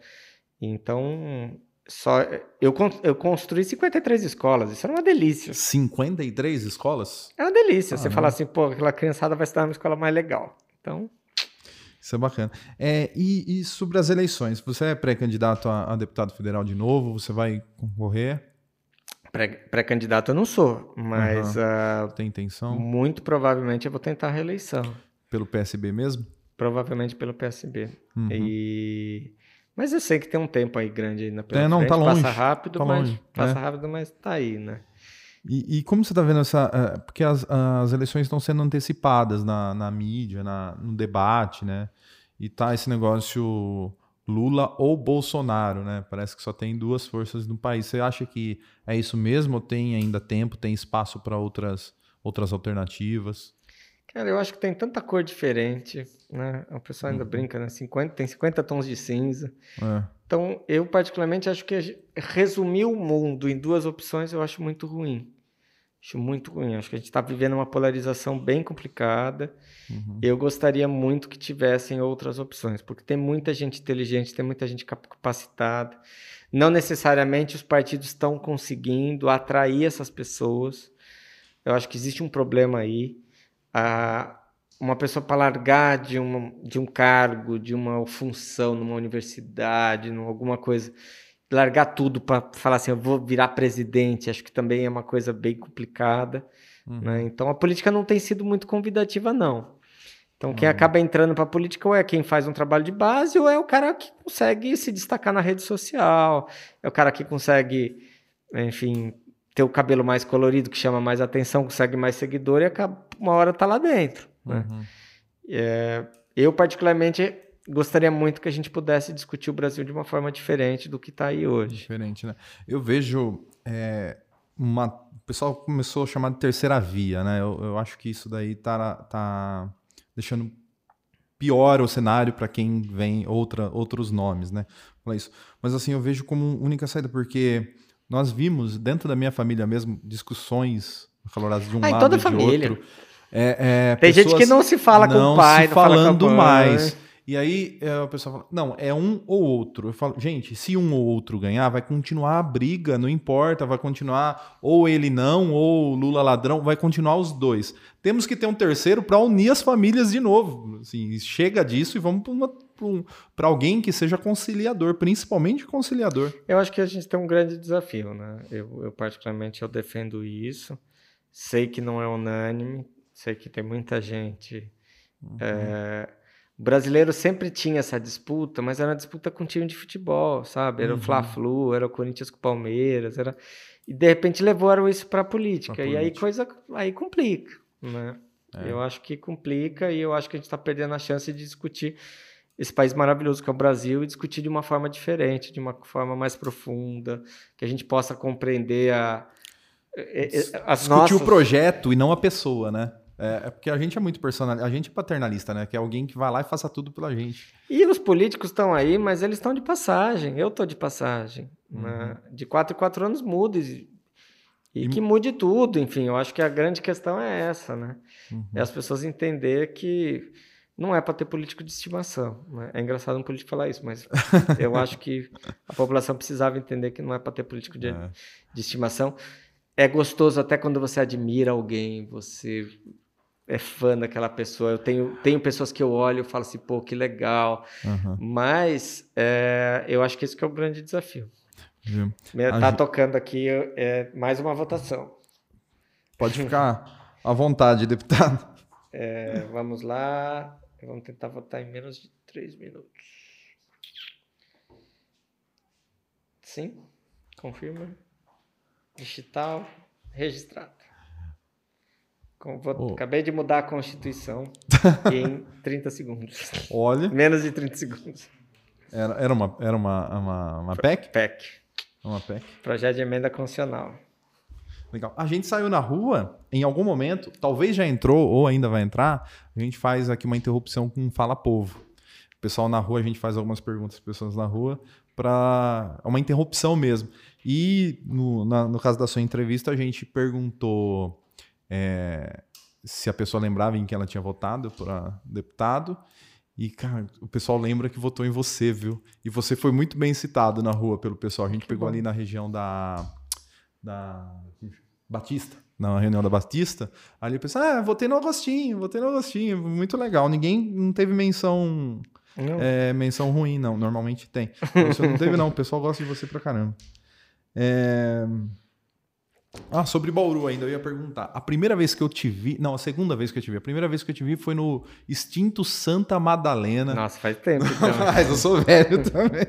Então... Só, eu, eu construí cinquenta e três escolas, isso era uma delícia. cinquenta e três escolas? É uma delícia, ah, você não. falar assim, pô, aquela criançada vai estudar numa escola mais legal. Então... Isso é bacana. É, e, e sobre as eleições, você é pré-candidato a, a deputado federal de novo? Você vai concorrer? Pré, pré-candidato eu não sou, mas... Uhum. Uh, Tem intenção? Muito provavelmente eu vou tentar a reeleição. Pelo P S B mesmo? Provavelmente pelo P S B. Uhum. E... Mas eu sei que tem um tempo aí grande ainda pela é, não, frente. Tá longe. Passa rápido, tá mas longe, passa né? rápido, mas tá aí, né? E, e como você está vendo essa... Uh, porque as, as eleições estão sendo antecipadas na, na mídia, na, no debate, né? E tá esse negócio Lula ou Bolsonaro, né? Parece que só tem duas forças no país. Você acha que é isso mesmo ou tem ainda tempo, tem espaço para outras, outras alternativas? Cara, eu acho que tem tanta cor diferente, né? O pessoal ainda uhum. brinca, né? cinquenta, tem cinquenta tons de cinza. É. Então, eu particularmente acho que resumir o mundo em duas opções eu acho muito ruim. Acho muito ruim. Acho que a gente está vivendo uma polarização bem complicada. Uhum. Eu gostaria muito que tivessem outras opções, porque tem muita gente inteligente, tem muita gente capacitada. Não necessariamente os partidos estão conseguindo atrair essas pessoas. Eu acho que existe um problema aí. Ah, uma pessoa para largar de, uma, de um cargo, de uma função numa universidade, numa alguma coisa, largar tudo para falar assim, eu vou virar presidente, acho que também é uma coisa bem complicada. Uhum. Né? Então a política não tem sido muito convidativa, não. Então quem uhum. acaba entrando para a política ou é quem faz um trabalho de base ou é o cara que consegue se destacar na rede social, é o cara que consegue, enfim... ter o cabelo mais colorido, que chama mais atenção, consegue mais seguidor e acaba, uma hora tá lá dentro. Né? Uhum. É, eu, particularmente, gostaria muito que a gente pudesse discutir o Brasil de uma forma diferente do que está aí hoje. Diferente, né? Eu vejo... É, uma, o pessoal começou a chamar de terceira via, né? Eu, eu acho que isso daí tá, tá deixando pior o cenário para quem vem outra, outros nomes, né? Falar isso. Mas, assim, eu vejo como única saída, porque... Nós vimos, dentro da minha família mesmo, discussões acaloradas de um ah, lado e de família. outro. É, é, Tem gente que não se fala com o pai, não se falando fala com a mais. E aí é, o pessoal fala, não, é um ou outro. Eu falo, gente, se um ou outro ganhar, vai continuar a briga, não importa, vai continuar ou ele não, ou Lula ladrão, vai continuar os dois. Temos que ter um terceiro para unir as famílias de novo. Assim, chega disso e vamos para alguém que seja conciliador, principalmente conciliador. Eu acho que a gente tem um grande desafio, né? Eu, eu particularmente, eu defendo isso. Sei que não é unânime, sei que tem muita gente... Uhum. É... O brasileiro sempre tinha essa disputa, mas era uma disputa com time de futebol, sabe? Era uhum. o Fla-Flu, era o Corinthians com o Palmeiras, era... e de repente levaram isso para a política. Pra e política. aí coisa aí complica, né? É. Eu acho que complica e eu acho que a gente está perdendo a chance de discutir esse país maravilhoso que é o Brasil e discutir de uma forma diferente, de uma forma mais profunda, que a gente possa compreender a... as discutir nossas... o projeto e não a pessoa, né? É porque a gente é muito personalista, a gente é paternalista, né? Que é alguém que vai lá e faça tudo pela gente. E os políticos estão aí, mas eles estão de passagem. Eu estou de passagem. Uhum. Né? De quatro em quatro anos muda. E, e, e que mude tudo. Enfim, eu acho que a grande questão é essa, né? Uhum. É as pessoas entenderem que não é para ter político de estimação. Né? É engraçado um político falar isso, mas eu acho que a população precisava entender que não é para ter político de, é. de estimação. É gostoso até quando você admira alguém, você... é fã daquela pessoa. Eu tenho, tenho pessoas que eu olho e falo assim, pô, que legal. Uhum. Mas é, eu acho que esse que é o grande desafio. Uhum. Tá gente... tocando aqui é, mais uma votação. Pode ficar à vontade, deputado. É, vamos lá. Vamos tentar votar em menos de três minutos. Sim? Confirma. Digital. Registrado. Oh. Acabei de mudar a Constituição em trinta segundos. Olha. Menos de trinta segundos. Era, era, uma, era uma, uma, uma P E C? P E C. Uma P E C. Projeto de emenda constitucional. Legal. A gente saiu na rua, em algum momento, talvez já entrou ou ainda vai entrar, a gente faz aqui uma interrupção com Fala Povo. O pessoal na rua, a gente faz algumas perguntas para pessoas na rua, para uma interrupção mesmo. E no, na, no caso da sua entrevista, a gente perguntou... É, se a pessoa lembrava em que ela tinha votado para deputado. E, cara, o pessoal lembra que votou em você, viu? E você foi muito bem citado na rua pelo pessoal. A gente que pegou bom. ali na região da, da Batista, na reunião da Batista. Ali o pessoal, ah, votei no Agostinho, votei no Agostinho. Muito legal. Ninguém, não teve menção, é, menção ruim, não. Normalmente tem. Isso não teve, não. O pessoal gosta de você pra caramba. É... Ah, sobre Bauru ainda, eu ia perguntar. A primeira vez que eu te vi... Não, a segunda vez que eu te vi. A primeira vez que eu te vi foi no extinto Santa Madalena. Nossa, faz tempo. Então. Mas eu sou velho também.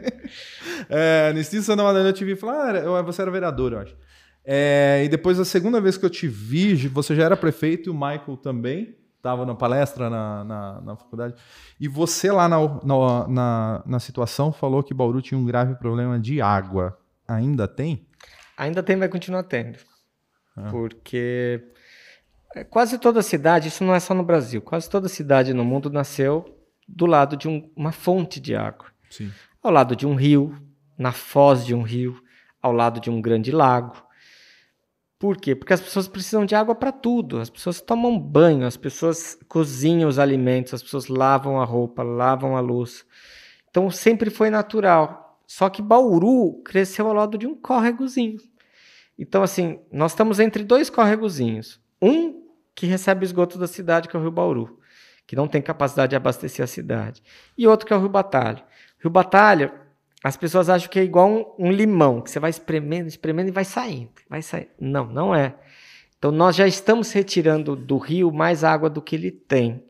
É, no extinto Santa Madalena eu te vi e falei, ah, você era vereador, eu acho. É, e depois, a segunda vez que eu te vi, você já era prefeito e o Michael também. Estava na palestra na, na, na faculdade. E você lá na, na, na, na situação falou que Bauru tinha um grave problema de água. Ainda tem? Ainda tem, vai continuar tendo. Ah. Porque quase toda cidade, isso não é só no Brasil, quase toda cidade no mundo nasceu do lado de um, uma fonte de água. Sim. Ao lado de um rio, na foz de um rio, ao lado de um grande lago. Por quê? Porque as pessoas precisam de água para tudo. As pessoas tomam banho, as pessoas cozinham os alimentos, as pessoas lavam a roupa, lavam a louça. Então sempre foi natural. Só que Bauru cresceu ao lado de um córregozinho. Então, assim, nós estamos entre dois córregozinhos. Um que recebe o esgoto da cidade, que é o Rio Bauru, que não tem capacidade de abastecer a cidade. E outro que é o Rio Batalha. O Rio Batalha, as pessoas acham que é igual um, um limão, que você vai espremendo, espremendo e vai saindo. Vai sair. Não, não é. Então, nós já estamos retirando do rio mais água do que ele tem.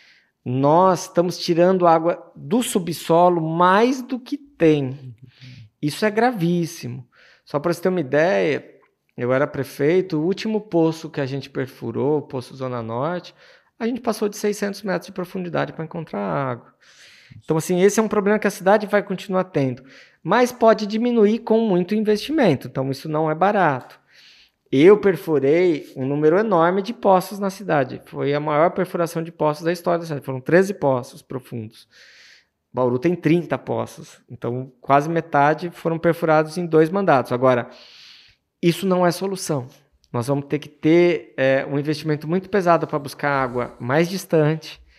Nós estamos tirando água do subsolo mais do que tem. Isso é gravíssimo. Só para você ter uma ideia, eu era prefeito, o último poço que a gente perfurou, o Poço Zona Norte, a gente passou de seiscentos metros de profundidade para encontrar água. Então, assim, esse é um problema que a cidade vai continuar tendo, mas pode diminuir com muito investimento, então isso não é barato. Eu perfurei um número enorme de poços na cidade, foi a maior perfuração de poços da história da cidade, foram treze poços profundos. Bauru tem trinta poços, então quase metade foram perfurados em dois mandatos. Agora, isso não é solução. Nós vamos ter que ter é, um investimento muito pesado para buscar água mais distante,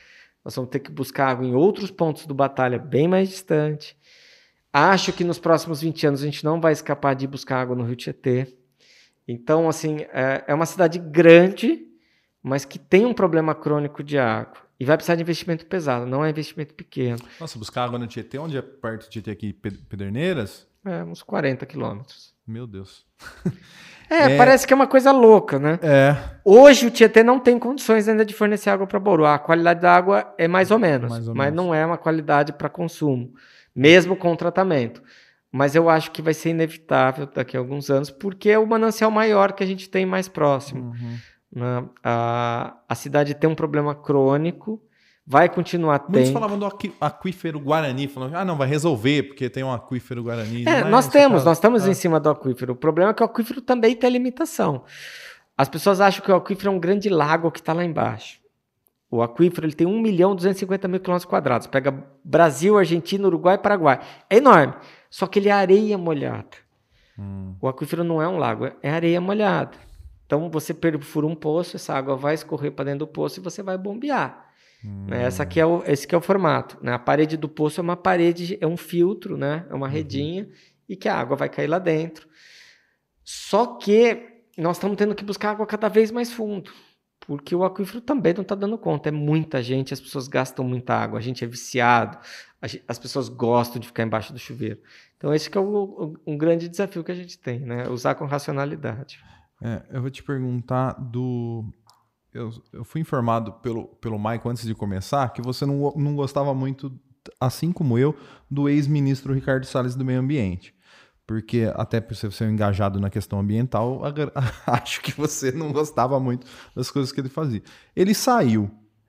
Nós vamos ter que buscar água em outros pontos do Batalha, bem mais distante. Acho que nos próximos vinte anos a gente não vai escapar de buscar água no Rio Tietê. Então, assim, é, é uma cidade grande, mas que tem um problema crônico de água. E vai precisar de investimento pesado, não é investimento pequeno. Nossa, buscar água no Tietê, onde é perto do Tietê aqui? Pederneiras? É, uns quarenta quilômetros. Meu Deus. É, É. parece que é uma coisa louca, né? É, Hoje o Tietê não tem condições ainda de fornecer água para Bauru. A qualidade da água é mais ou menos, Mais ou mas menos. não é uma qualidade para consumo, mesmo com tratamento. Mas eu acho que vai ser inevitável daqui a alguns anos, porque é o manancial maior que a gente tem mais próximo. Uhum. Né? A, a cidade tem um problema crônico, vai continuar Muitos tendo. falavam do aqui- aquífero Guarani, falando, ah, não, vai resolver, porque tem um aquífero Guarani. É, Não nós esse temos, caso. nós estamos Ah. em cima do aquífero. O problema é que o aquífero também tem limitação. As pessoas acham que o aquífero é um grande lago que está lá embaixo. O aquífero ele tem um milhão duzentos e cinquenta mil quilômetros quadrados. Pega Brasil, Argentina, Uruguai e Paraguai. É enorme. Só que ele é areia molhada. Hum. O aquífero não é um lago, é areia molhada. Então você perfura um poço, essa água vai escorrer para dentro do poço e você vai bombear. Hum. Né? Essa aqui é o, esse aqui é o formato. Né? A parede do poço é uma parede, é um filtro, né? É uma redinha e que a água vai cair lá dentro. Só que nós estamos tendo que buscar água cada vez mais fundo, porque o aquífero também não está dando conta. É muita gente, as pessoas gastam muita água, a gente é viciado, a gente, as pessoas gostam de ficar embaixo do chuveiro. Então esse que é o, o, um grande desafio que a gente tem, né? Usar com racionalidade. É, eu vou te perguntar do... Eu, eu fui informado pelo, pelo Maicon antes de começar que você não, não gostava muito, assim como eu, do ex-ministro Ricardo Salles do Meio Ambiente. Porque, até por você ser engajado na questão ambiental, agra- acho que você não gostava muito das coisas que ele fazia. Ele saiu.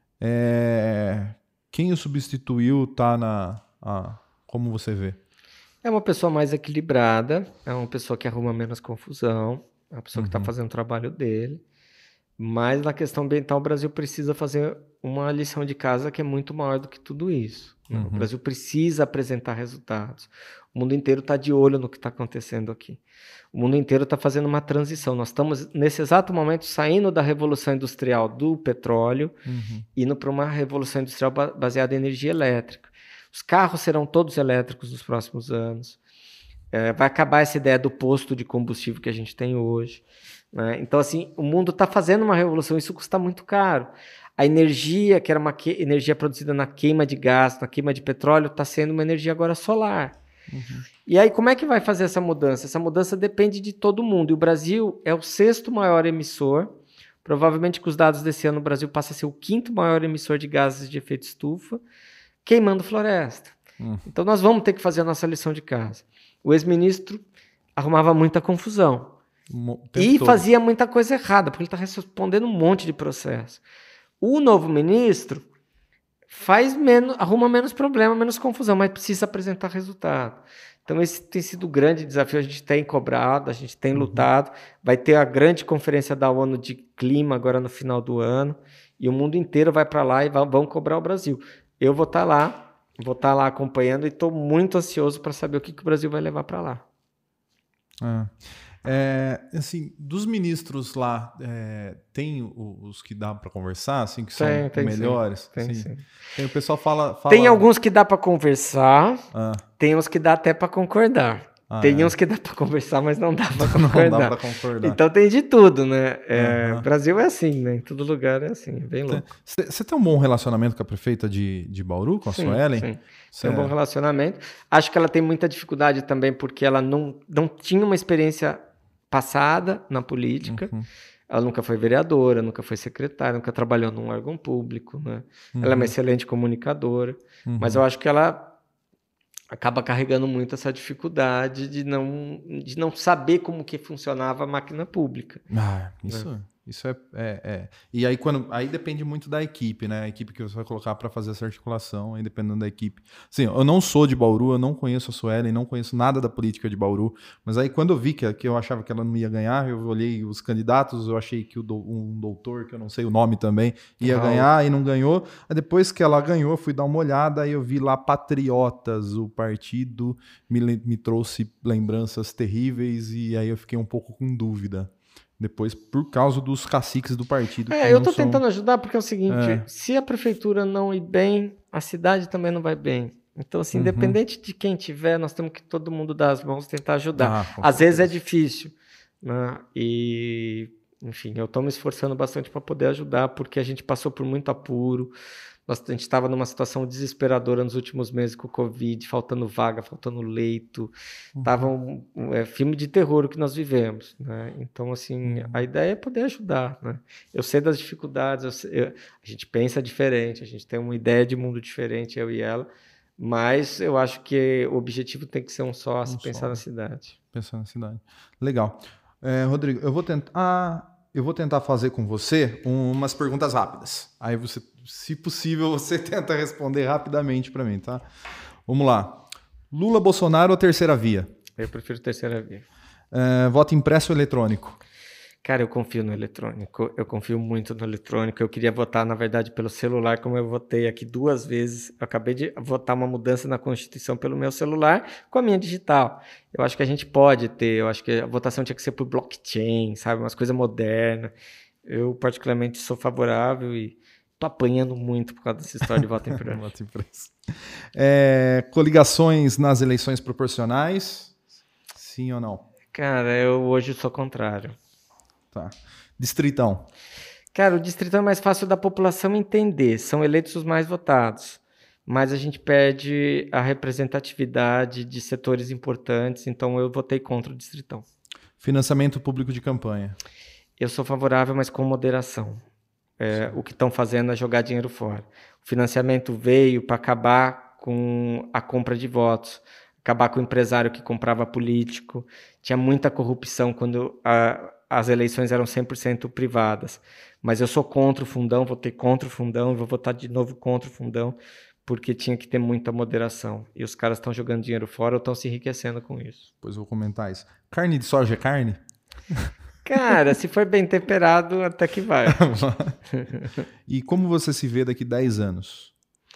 É, Quem o substituiu tá na... a- Como você vê? É uma pessoa mais equilibrada, é uma pessoa que arruma menos confusão, é uma pessoa que está Uhum. fazendo o trabalho dele. Mas na questão ambiental, o Brasil precisa fazer uma lição de casa que é muito maior do que tudo isso. Né? Uhum. O Brasil precisa apresentar resultados. O mundo inteiro está de olho no que está acontecendo aqui. O mundo inteiro está fazendo uma transição. Nós estamos, nesse exato momento, saindo da revolução industrial do petróleo, Uhum. indo para uma revolução industrial ba- baseada em energia elétrica. Os carros serão todos elétricos nos próximos anos. É, vai acabar essa ideia do posto de combustível que a gente tem hoje. Né? Então, assim, o mundo está fazendo uma revolução, isso custa muito caro. A energia, que era uma que- energia produzida na queima de gás, na queima de petróleo, está sendo uma energia agora solar. Uhum. E aí, como é que vai fazer essa mudança? Essa mudança depende de todo mundo. E o Brasil é o sexto maior emissor. Provavelmente, com os dados desse ano, o Brasil passa a ser o quinto maior emissor de gases de efeito estufa, queimando floresta. Hum. Então, nós vamos ter que fazer a nossa lição de casa. O ex-ministro arrumava muita confusão. Mo- o tempo E todo. fazia muita coisa errada, porque ele está respondendo um monte de processo. O novo ministro faz menos, arruma menos problema, menos confusão, mas precisa apresentar resultado. Então, esse tem sido o grande desafio. A gente tem cobrado, a gente tem Uhum. lutado. Vai ter a grande conferência da ONU de clima agora no final do ano. E o mundo inteiro vai para lá e vai- vão cobrar o Brasil. Eu vou estar lá, vou estar lá acompanhando e estou muito ansioso para saber o que, que o Brasil vai levar para lá. Ah. É, assim, dos ministros lá, é, tem o- os que dá para conversar, assim, que são Tem, tem sim. melhores? Tem, assim? sim. Tem, o pessoal fala, fala... Tem alguns que dá para conversar, Ah, tem uns que dá até para concordar. ah, tem é. uns que dá para conversar, mas não dá para Não concordar. dá para concordar. Então tem de tudo, né? É, Aham. O Brasil é assim, né? Em todo lugar é assim, é bem louco. Você tem um bom relacionamento com a prefeita de, de Bauru, com a Sim, Suelen? sim. Cê- Tem um bom relacionamento. Acho que ela tem muita dificuldade também porque ela não, não tinha uma experiência passada na política. Uhum, Ela nunca foi vereadora, nunca foi secretária, nunca trabalhou num órgão público, né? Ela é uma uhum, excelente comunicadora, uhum. mas eu acho que ela acaba carregando muito essa dificuldade de não, de não saber como que funcionava a máquina pública. Ah, isso, isso é, é, é. E aí, quando, aí depende muito da equipe, né? A equipe que você vai colocar para fazer essa articulação, aí dependendo da equipe. Sim, eu não sou de Bauru, eu não conheço a Suelen, não conheço nada da política de Bauru, mas aí quando eu vi que, que eu achava que ela não ia ganhar, eu olhei os candidatos, eu achei que o do, um doutor, que eu não sei o nome também, ia Não. ganhar e não ganhou. Aí depois que ela ganhou, eu fui dar uma olhada e eu vi lá Patriotas, o partido me, le- me trouxe lembranças terríveis e aí eu fiquei um pouco com dúvida. depois por causa dos caciques do partido. que É, eu não tô são- tentando ajudar porque é o seguinte, É. se a prefeitura não ir bem, a cidade também não vai bem. Então, assim, Uhum. independente de quem tiver, nós temos que todo mundo dar as mãos e tentar ajudar. Ah, com Às vezes é certeza. difícil, né? E, enfim, eu estou me esforçando bastante para poder ajudar, porque a gente passou por muito apuro. Nós, a gente estava numa situação desesperadora nos últimos meses com o Covid, faltando vaga, faltando leito. Tava um, um, é, filme de terror o que nós vivemos, né? Então, assim, a ideia é poder ajudar, né? Eu sei das dificuldades, eu sei- eu- a gente pensa diferente, a gente tem uma ideia de mundo diferente, eu e ela, mas eu acho que o objetivo tem que ser um só, se Um pensar só. na cidade. Pensando na cidade. Legal. É, Rodrigo, eu vou tentar. Ah, eu vou tentar fazer com você umas perguntas rápidas. Aí você, se possível, você tenta responder rapidamente para mim, tá? Vamos lá. Lula, Bolsonaro ou terceira via? Eu prefiro terceira via. É, voto impresso ou eletrônico? Cara, eu confio no eletrônico, eu confio muito no eletrônico. Eu queria votar, na verdade, pelo celular, como eu votei aqui duas vezes. Eu acabei de votar uma mudança na Constituição pelo meu celular com a minha digital. Eu acho que a gente pode ter, eu acho que a votação tinha que ser por blockchain, sabe? Umas coisas modernas. Eu, particularmente, sou favorável e tô apanhando muito por causa dessa história de voto impresso. Voto impresso. É, coligações nas eleições proporcionais? Sim ou não? Cara, eu hoje sou contrário. Tá. Distritão. Cara, o distritão é mais fácil da população entender. São eleitos os mais votados. Mas a gente perde a representatividade de setores importantes. Então eu votei contra o distritão. Financiamento público de campanha. Eu sou favorável, mas com moderação. É, o que estão fazendo é jogar dinheiro fora. O financiamento veio para acabar com a compra de votos, acabar com o empresário que comprava político. Tinha muita corrupção quando a, as eleições eram cem por cento privadas. Mas eu sou contra o fundão, votei contra o fundão e vou votar de novo contra o fundão, porque tinha que ter muita moderação. E os caras estão jogando dinheiro fora ou estão se enriquecendo com isso. Depois eu vou comentar isso. Carne de soja é carne? Cara, se for bem temperado, até que vai. E como você se vê daqui dez anos?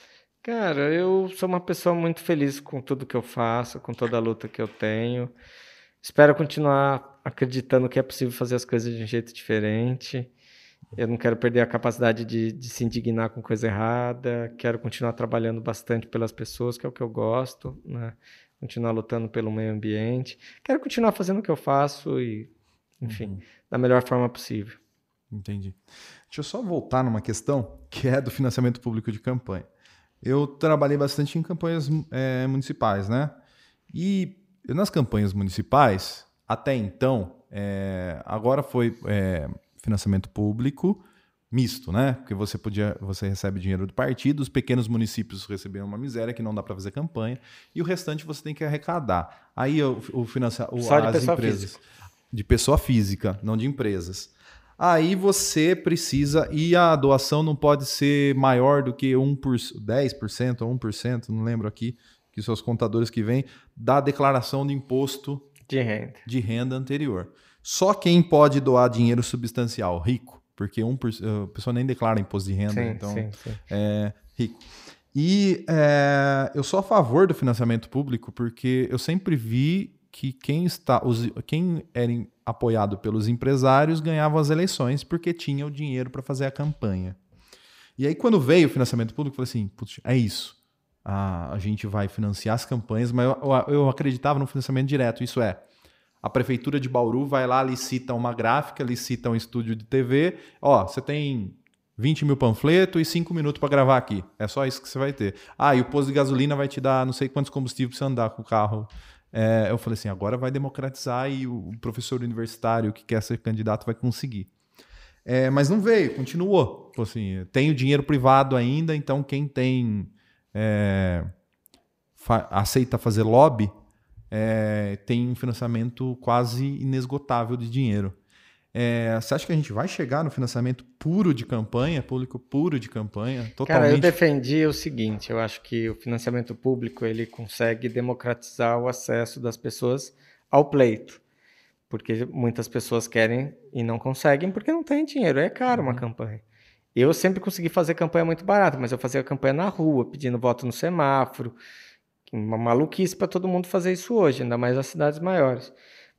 Cara, eu sou uma pessoa muito feliz com tudo que eu faço, com toda a luta que eu tenho. Espero continuar acreditando que é possível fazer as coisas de um jeito diferente. Eu não quero perder a capacidade de, de se indignar com coisa errada. Quero continuar trabalhando bastante pelas pessoas, que é o que eu gosto, né? Continuar lutando pelo meio ambiente. Quero continuar fazendo o que eu faço e, enfim, uhum. da melhor forma possível. Entendi. Deixa eu só voltar numa questão que é do financiamento público de campanha. Eu trabalhei bastante em campanhas é, municipais, né? E nas campanhas municipais, até então, é, agora foi é, financiamento público misto, né? Porque você podia, você recebe dinheiro do partido, os pequenos municípios receberam uma miséria que não dá para fazer campanha e o restante você tem que arrecadar. Aí o, o financiamento, Só de as pessoa empresas física. De pessoa física, não de empresas. Aí você precisa, e a doação não pode ser maior do que um por cento, dez por cento ou um por cento, não lembro aqui, que são os contadores que vêm, da declaração de imposto de renda. de renda anterior. Só quem pode doar dinheiro substancial, rico, porque um por, a pessoa nem declara imposto de renda, sim, então sim, sim. é rico. E é, eu sou a favor do financiamento público porque eu sempre vi que quem, está, os, quem era apoiado pelos empresários ganhava as eleições porque tinha o dinheiro para fazer a campanha. E aí quando veio o financiamento público, eu falei assim, putz, é isso. Ah, a gente vai financiar as campanhas, mas eu, eu, eu acreditava no financiamento direto, isso é, a prefeitura de Bauru vai lá, licita uma gráfica, licita um estúdio de T V, ó, você tem vinte mil panfletos e cinco minutos para gravar aqui, é só isso que você vai ter. Ah, e o posto de gasolina vai te dar não sei quantos combustíveis para você andar com o carro. É, eu falei assim, agora vai democratizar e o professor universitário que quer ser candidato vai conseguir. É, mas não veio, continuou. Assim, tem o dinheiro privado ainda, então quem tem é, fa- aceita fazer lobby é, tem um financiamento quase inesgotável de dinheiro. É, você acha que a gente vai chegar no financiamento puro de campanha, público puro de campanha? Totalmente... Cara, eu defendi o seguinte, eu acho que o financiamento público ele consegue democratizar o acesso das pessoas ao pleito, porque muitas pessoas querem e não conseguem porque não tem dinheiro, é caro uma campanha. Eu sempre consegui fazer campanha muito barata, mas eu fazia campanha na rua, pedindo voto no semáforo, uma maluquice para todo mundo fazer isso hoje, ainda mais nas cidades maiores.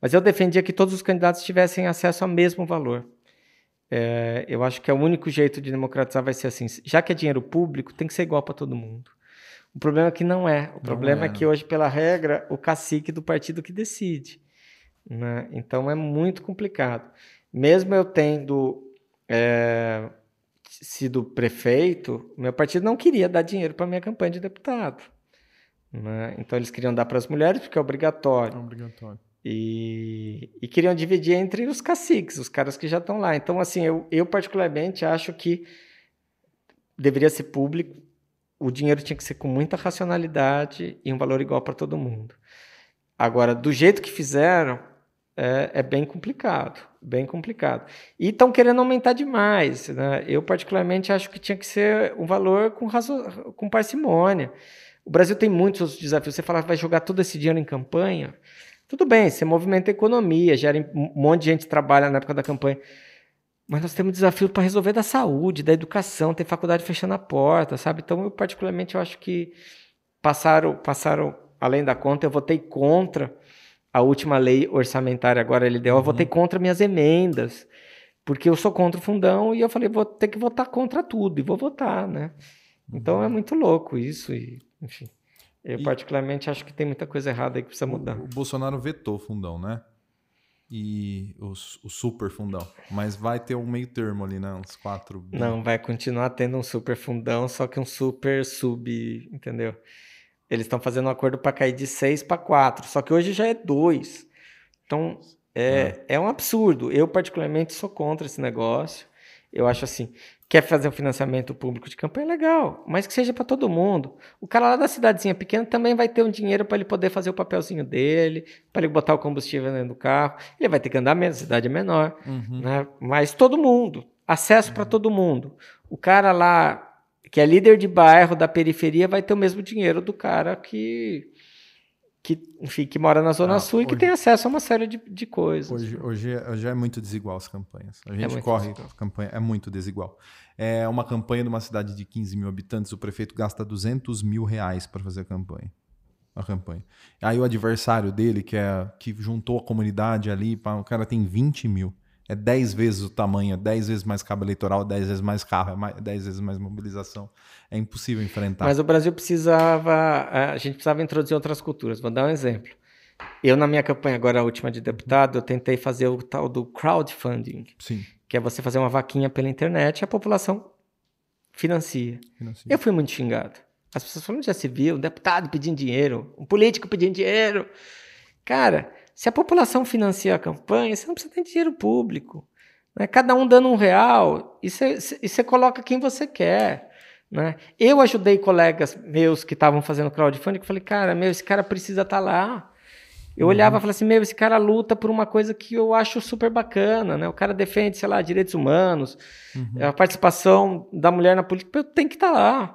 Mas eu defendia que todos os candidatos tivessem acesso ao mesmo valor. É, eu acho que é o único jeito de democratizar vai ser assim. Já que é dinheiro público, tem que ser igual para todo mundo. O problema é que não é. O Não problema é, é que né? hoje, pela regra, o cacique do partido que decide, né? Então é muito complicado. Mesmo eu tendo é, sido prefeito, meu partido não queria dar dinheiro para minha campanha de deputado, né? Então eles queriam dar para as mulheres, porque é obrigatório. É obrigatório. E, e queriam dividir entre os caciques, os caras que já estão lá. Então, assim, eu, eu particularmente acho que deveria ser público, o dinheiro tinha que ser com muita racionalidade e um valor igual para todo mundo. Agora, do jeito que fizeram, é, é bem complicado, bem complicado. E estão querendo aumentar demais, né? Eu, particularmente, acho que tinha que ser um valor com, razo... com parcimônia. O Brasil tem muitos outros desafios. Você fala que vai jogar todo esse dinheiro em campanha. Tudo bem, você movimenta a economia, gera um monte de gente trabalha na época da campanha. Mas nós temos desafio para resolver da saúde, da educação, tem faculdade fechando a porta, sabe? Então, eu particularmente, eu acho que passaram, passaram além da conta. Eu votei contra a última lei orçamentária, agora a L D O, uhum. Eu votei contra minhas emendas, porque eu sou contra o fundão e eu falei, vou ter que votar contra tudo, e vou votar, né? Uhum. Então, é muito louco isso, e, enfim... Eu, e, particularmente, acho que tem muita coisa errada aí que precisa mudar. O, o Bolsonaro vetou o fundão, né? E o, o super fundão. Mas vai ter um meio termo ali, né? Uns quatro... Não, vai continuar tendo um super fundão, só que um super sub, entendeu? Eles estão fazendo um acordo para cair de seis para quatro, só que hoje já é dois. Então, é, é. é um absurdo. Eu, particularmente, sou contra esse negócio. Eu acho assim... Quer fazer um financiamento público de campanha? Legal, mas que seja para todo mundo. O cara lá da cidadezinha pequena também vai ter um dinheiro para ele poder fazer o papelzinho dele, para ele botar o combustível dentro do carro. Ele vai ter que andar menos, a cidade é menor. Uhum. Né? Mas todo mundo, acesso uhum. para todo mundo. O cara lá, que é líder de bairro da periferia, vai ter o mesmo dinheiro do cara que... Que, enfim, que mora na Zona ah, Sul e hoje, que tem acesso a uma série de, de coisas. Hoje, hoje, é, hoje é muito desigual as campanhas. A gente é corre, a campanha é muito desigual. É uma campanha de uma cidade de quinze mil habitantes, o prefeito gasta duzentos mil reais para fazer a campanha. A campanha. Aí o adversário dele, que, é, que juntou a comunidade ali, o cara tem vinte mil. É dez vezes o tamanho, é dez vezes mais cabo eleitoral, dez vezes mais carro, é mais, dez vezes mais mobilização. É impossível enfrentar. Mas o Brasil precisava, a gente precisava introduzir outras culturas. Vou dar um exemplo. Eu, na minha campanha agora, a última de deputado, eu tentei fazer o tal do crowdfunding. Sim. Que é você fazer uma vaquinha pela internet e a população financia. financia. Eu fui muito xingado. As pessoas falam, já se viu, um deputado pedindo dinheiro, um político pedindo dinheiro. Cara... Se a população financia a campanha, você não precisa ter dinheiro público. Né? Cada um dando um real, e você coloca quem você quer. Né? Eu ajudei colegas meus que estavam fazendo crowdfunding, que eu falei, cara, meu, esse cara precisa estar lá. Eu uhum. olhava e falava assim, meu, esse cara luta por uma coisa que eu acho super bacana. Né? O cara defende, sei lá, direitos humanos, uhum. a participação da mulher na política, eu tenho que estar lá.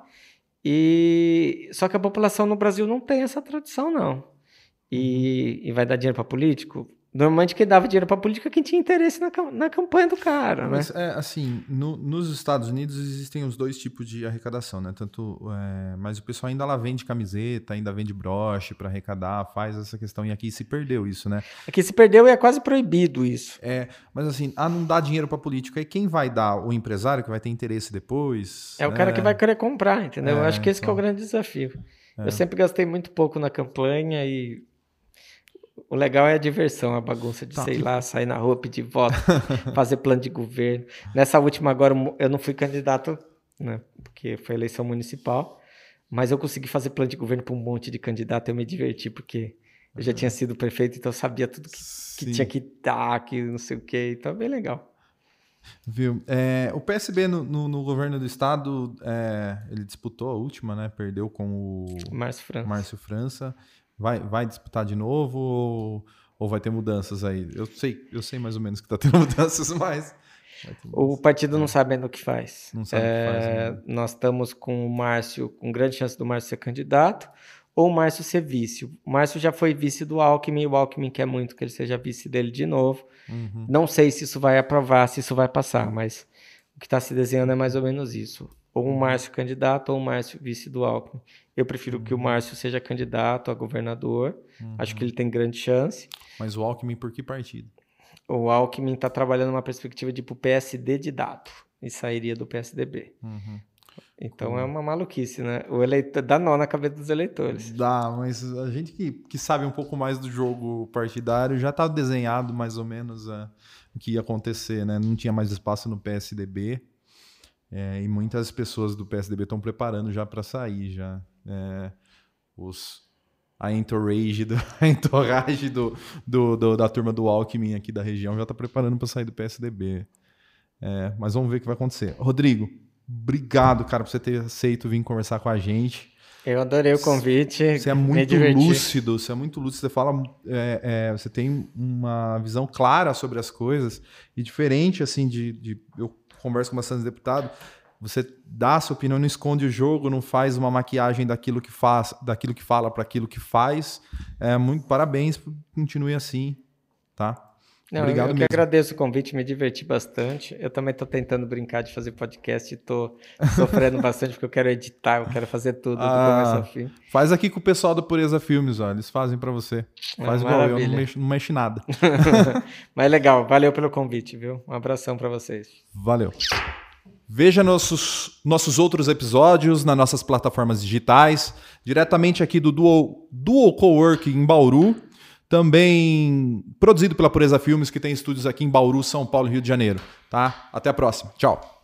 E... Só que a população no Brasil não tem essa tradição, não. E, e vai dar dinheiro para político? Normalmente quem dava dinheiro para político é quem tinha interesse na, na campanha do cara, né? Mas, é, assim, no, nos Estados Unidos existem os dois tipos de arrecadação, né? Tanto, é, mas o pessoal ainda lá vende camiseta, ainda vende broche para arrecadar, faz essa questão. E aqui se perdeu isso, né? Aqui se perdeu e é quase proibido isso. É, mas assim, ah, não dá dinheiro para político. Aí quem vai dar? O empresário que vai ter interesse depois? É né? o cara que vai querer comprar, entendeu? É, Eu acho que esse então... que é o grande desafio. É. Eu sempre gastei muito pouco na campanha e... O legal é a diversão, a bagunça de, tá. sei lá, sair na rua, pedir voto, fazer plano de governo. Nessa última agora, eu não fui candidato, né, porque foi eleição municipal, mas eu consegui fazer plano de governo para um monte de candidato, eu me diverti, porque eu já tinha sido prefeito, então eu sabia tudo que, que tinha que dar, que não sei o quê, então é bem legal. Viu? É, o P S B no, no, no governo do estado, é, ele disputou a última, né, perdeu com o Márcio França. Márcio França. Vai, vai disputar de novo ou, ou vai ter mudanças aí? Eu sei, eu sei mais ou menos que está tendo mudanças, mas... O partido é. não sabe ainda o que faz. Não sabe é, o que faz. Né? Nós estamos com o Márcio, com grande chance do Márcio ser candidato, ou o Márcio ser vice. O Márcio já foi vice do Alckmin, e o Alckmin quer muito que ele seja vice dele de novo. Uhum. Não sei se isso vai aprovar, se isso vai passar, mas o que está se desenhando é mais ou menos isso. ou um Márcio candidato ou um Márcio vice do Alckmin. Eu prefiro que o Márcio seja candidato a governador. Uhum. Acho que ele tem grande chance. Mas o Alckmin por que partido? O Alckmin está trabalhando uma perspectiva de ir para o P S D de dado e sairia do P S D B. Uhum. Então Como? é uma maluquice, né? O eleitor dá nó na cabeça dos eleitores. Dá, mas a gente que, que sabe um pouco mais do jogo partidário já está desenhado mais ou menos a, o que ia acontecer, né? Não tinha mais espaço no P S D B é, e muitas pessoas do P S D B estão preparando já para sair já. É, os, a entourage, do, a entourage do, do, do, da turma do Alckmin aqui da região já está preparando para sair do P S D B. É, mas vamos ver o que vai acontecer. Rodrigo, obrigado, cara, por você ter aceito vir conversar com a gente. Eu adorei o convite. Você é muito lúcido, você é muito lúcido, você fala, é, é, você tem uma visão clara sobre as coisas e diferente, assim, de, de eu converso com bastante deputado, você dá a sua opinião, não esconde o jogo, não faz uma maquiagem daquilo que faz, daquilo que fala para aquilo que faz. É, muito parabéns, continue assim, tá? Não, Obrigado eu mesmo. que agradeço o convite, me diverti bastante. Eu também estou tentando brincar de fazer podcast e estou sofrendo bastante porque eu quero editar, eu quero fazer tudo ah, do começo ao fim. Faz aqui com o pessoal do Pureza Filmes, ó, eles fazem para você. Faz ah, igual maravilha. eu, não mexo, não mexo nada. Mas legal, valeu pelo convite, viu? Um abração para vocês. Valeu. Veja nossos, nossos outros episódios nas nossas plataformas digitais, diretamente aqui do Dual, Dual Cowork em Bauru, também produzido pela Pureza Filmes, que tem estúdios aqui em Bauru, São Paulo e Rio de Janeiro. Tá? Até a próxima. Tchau.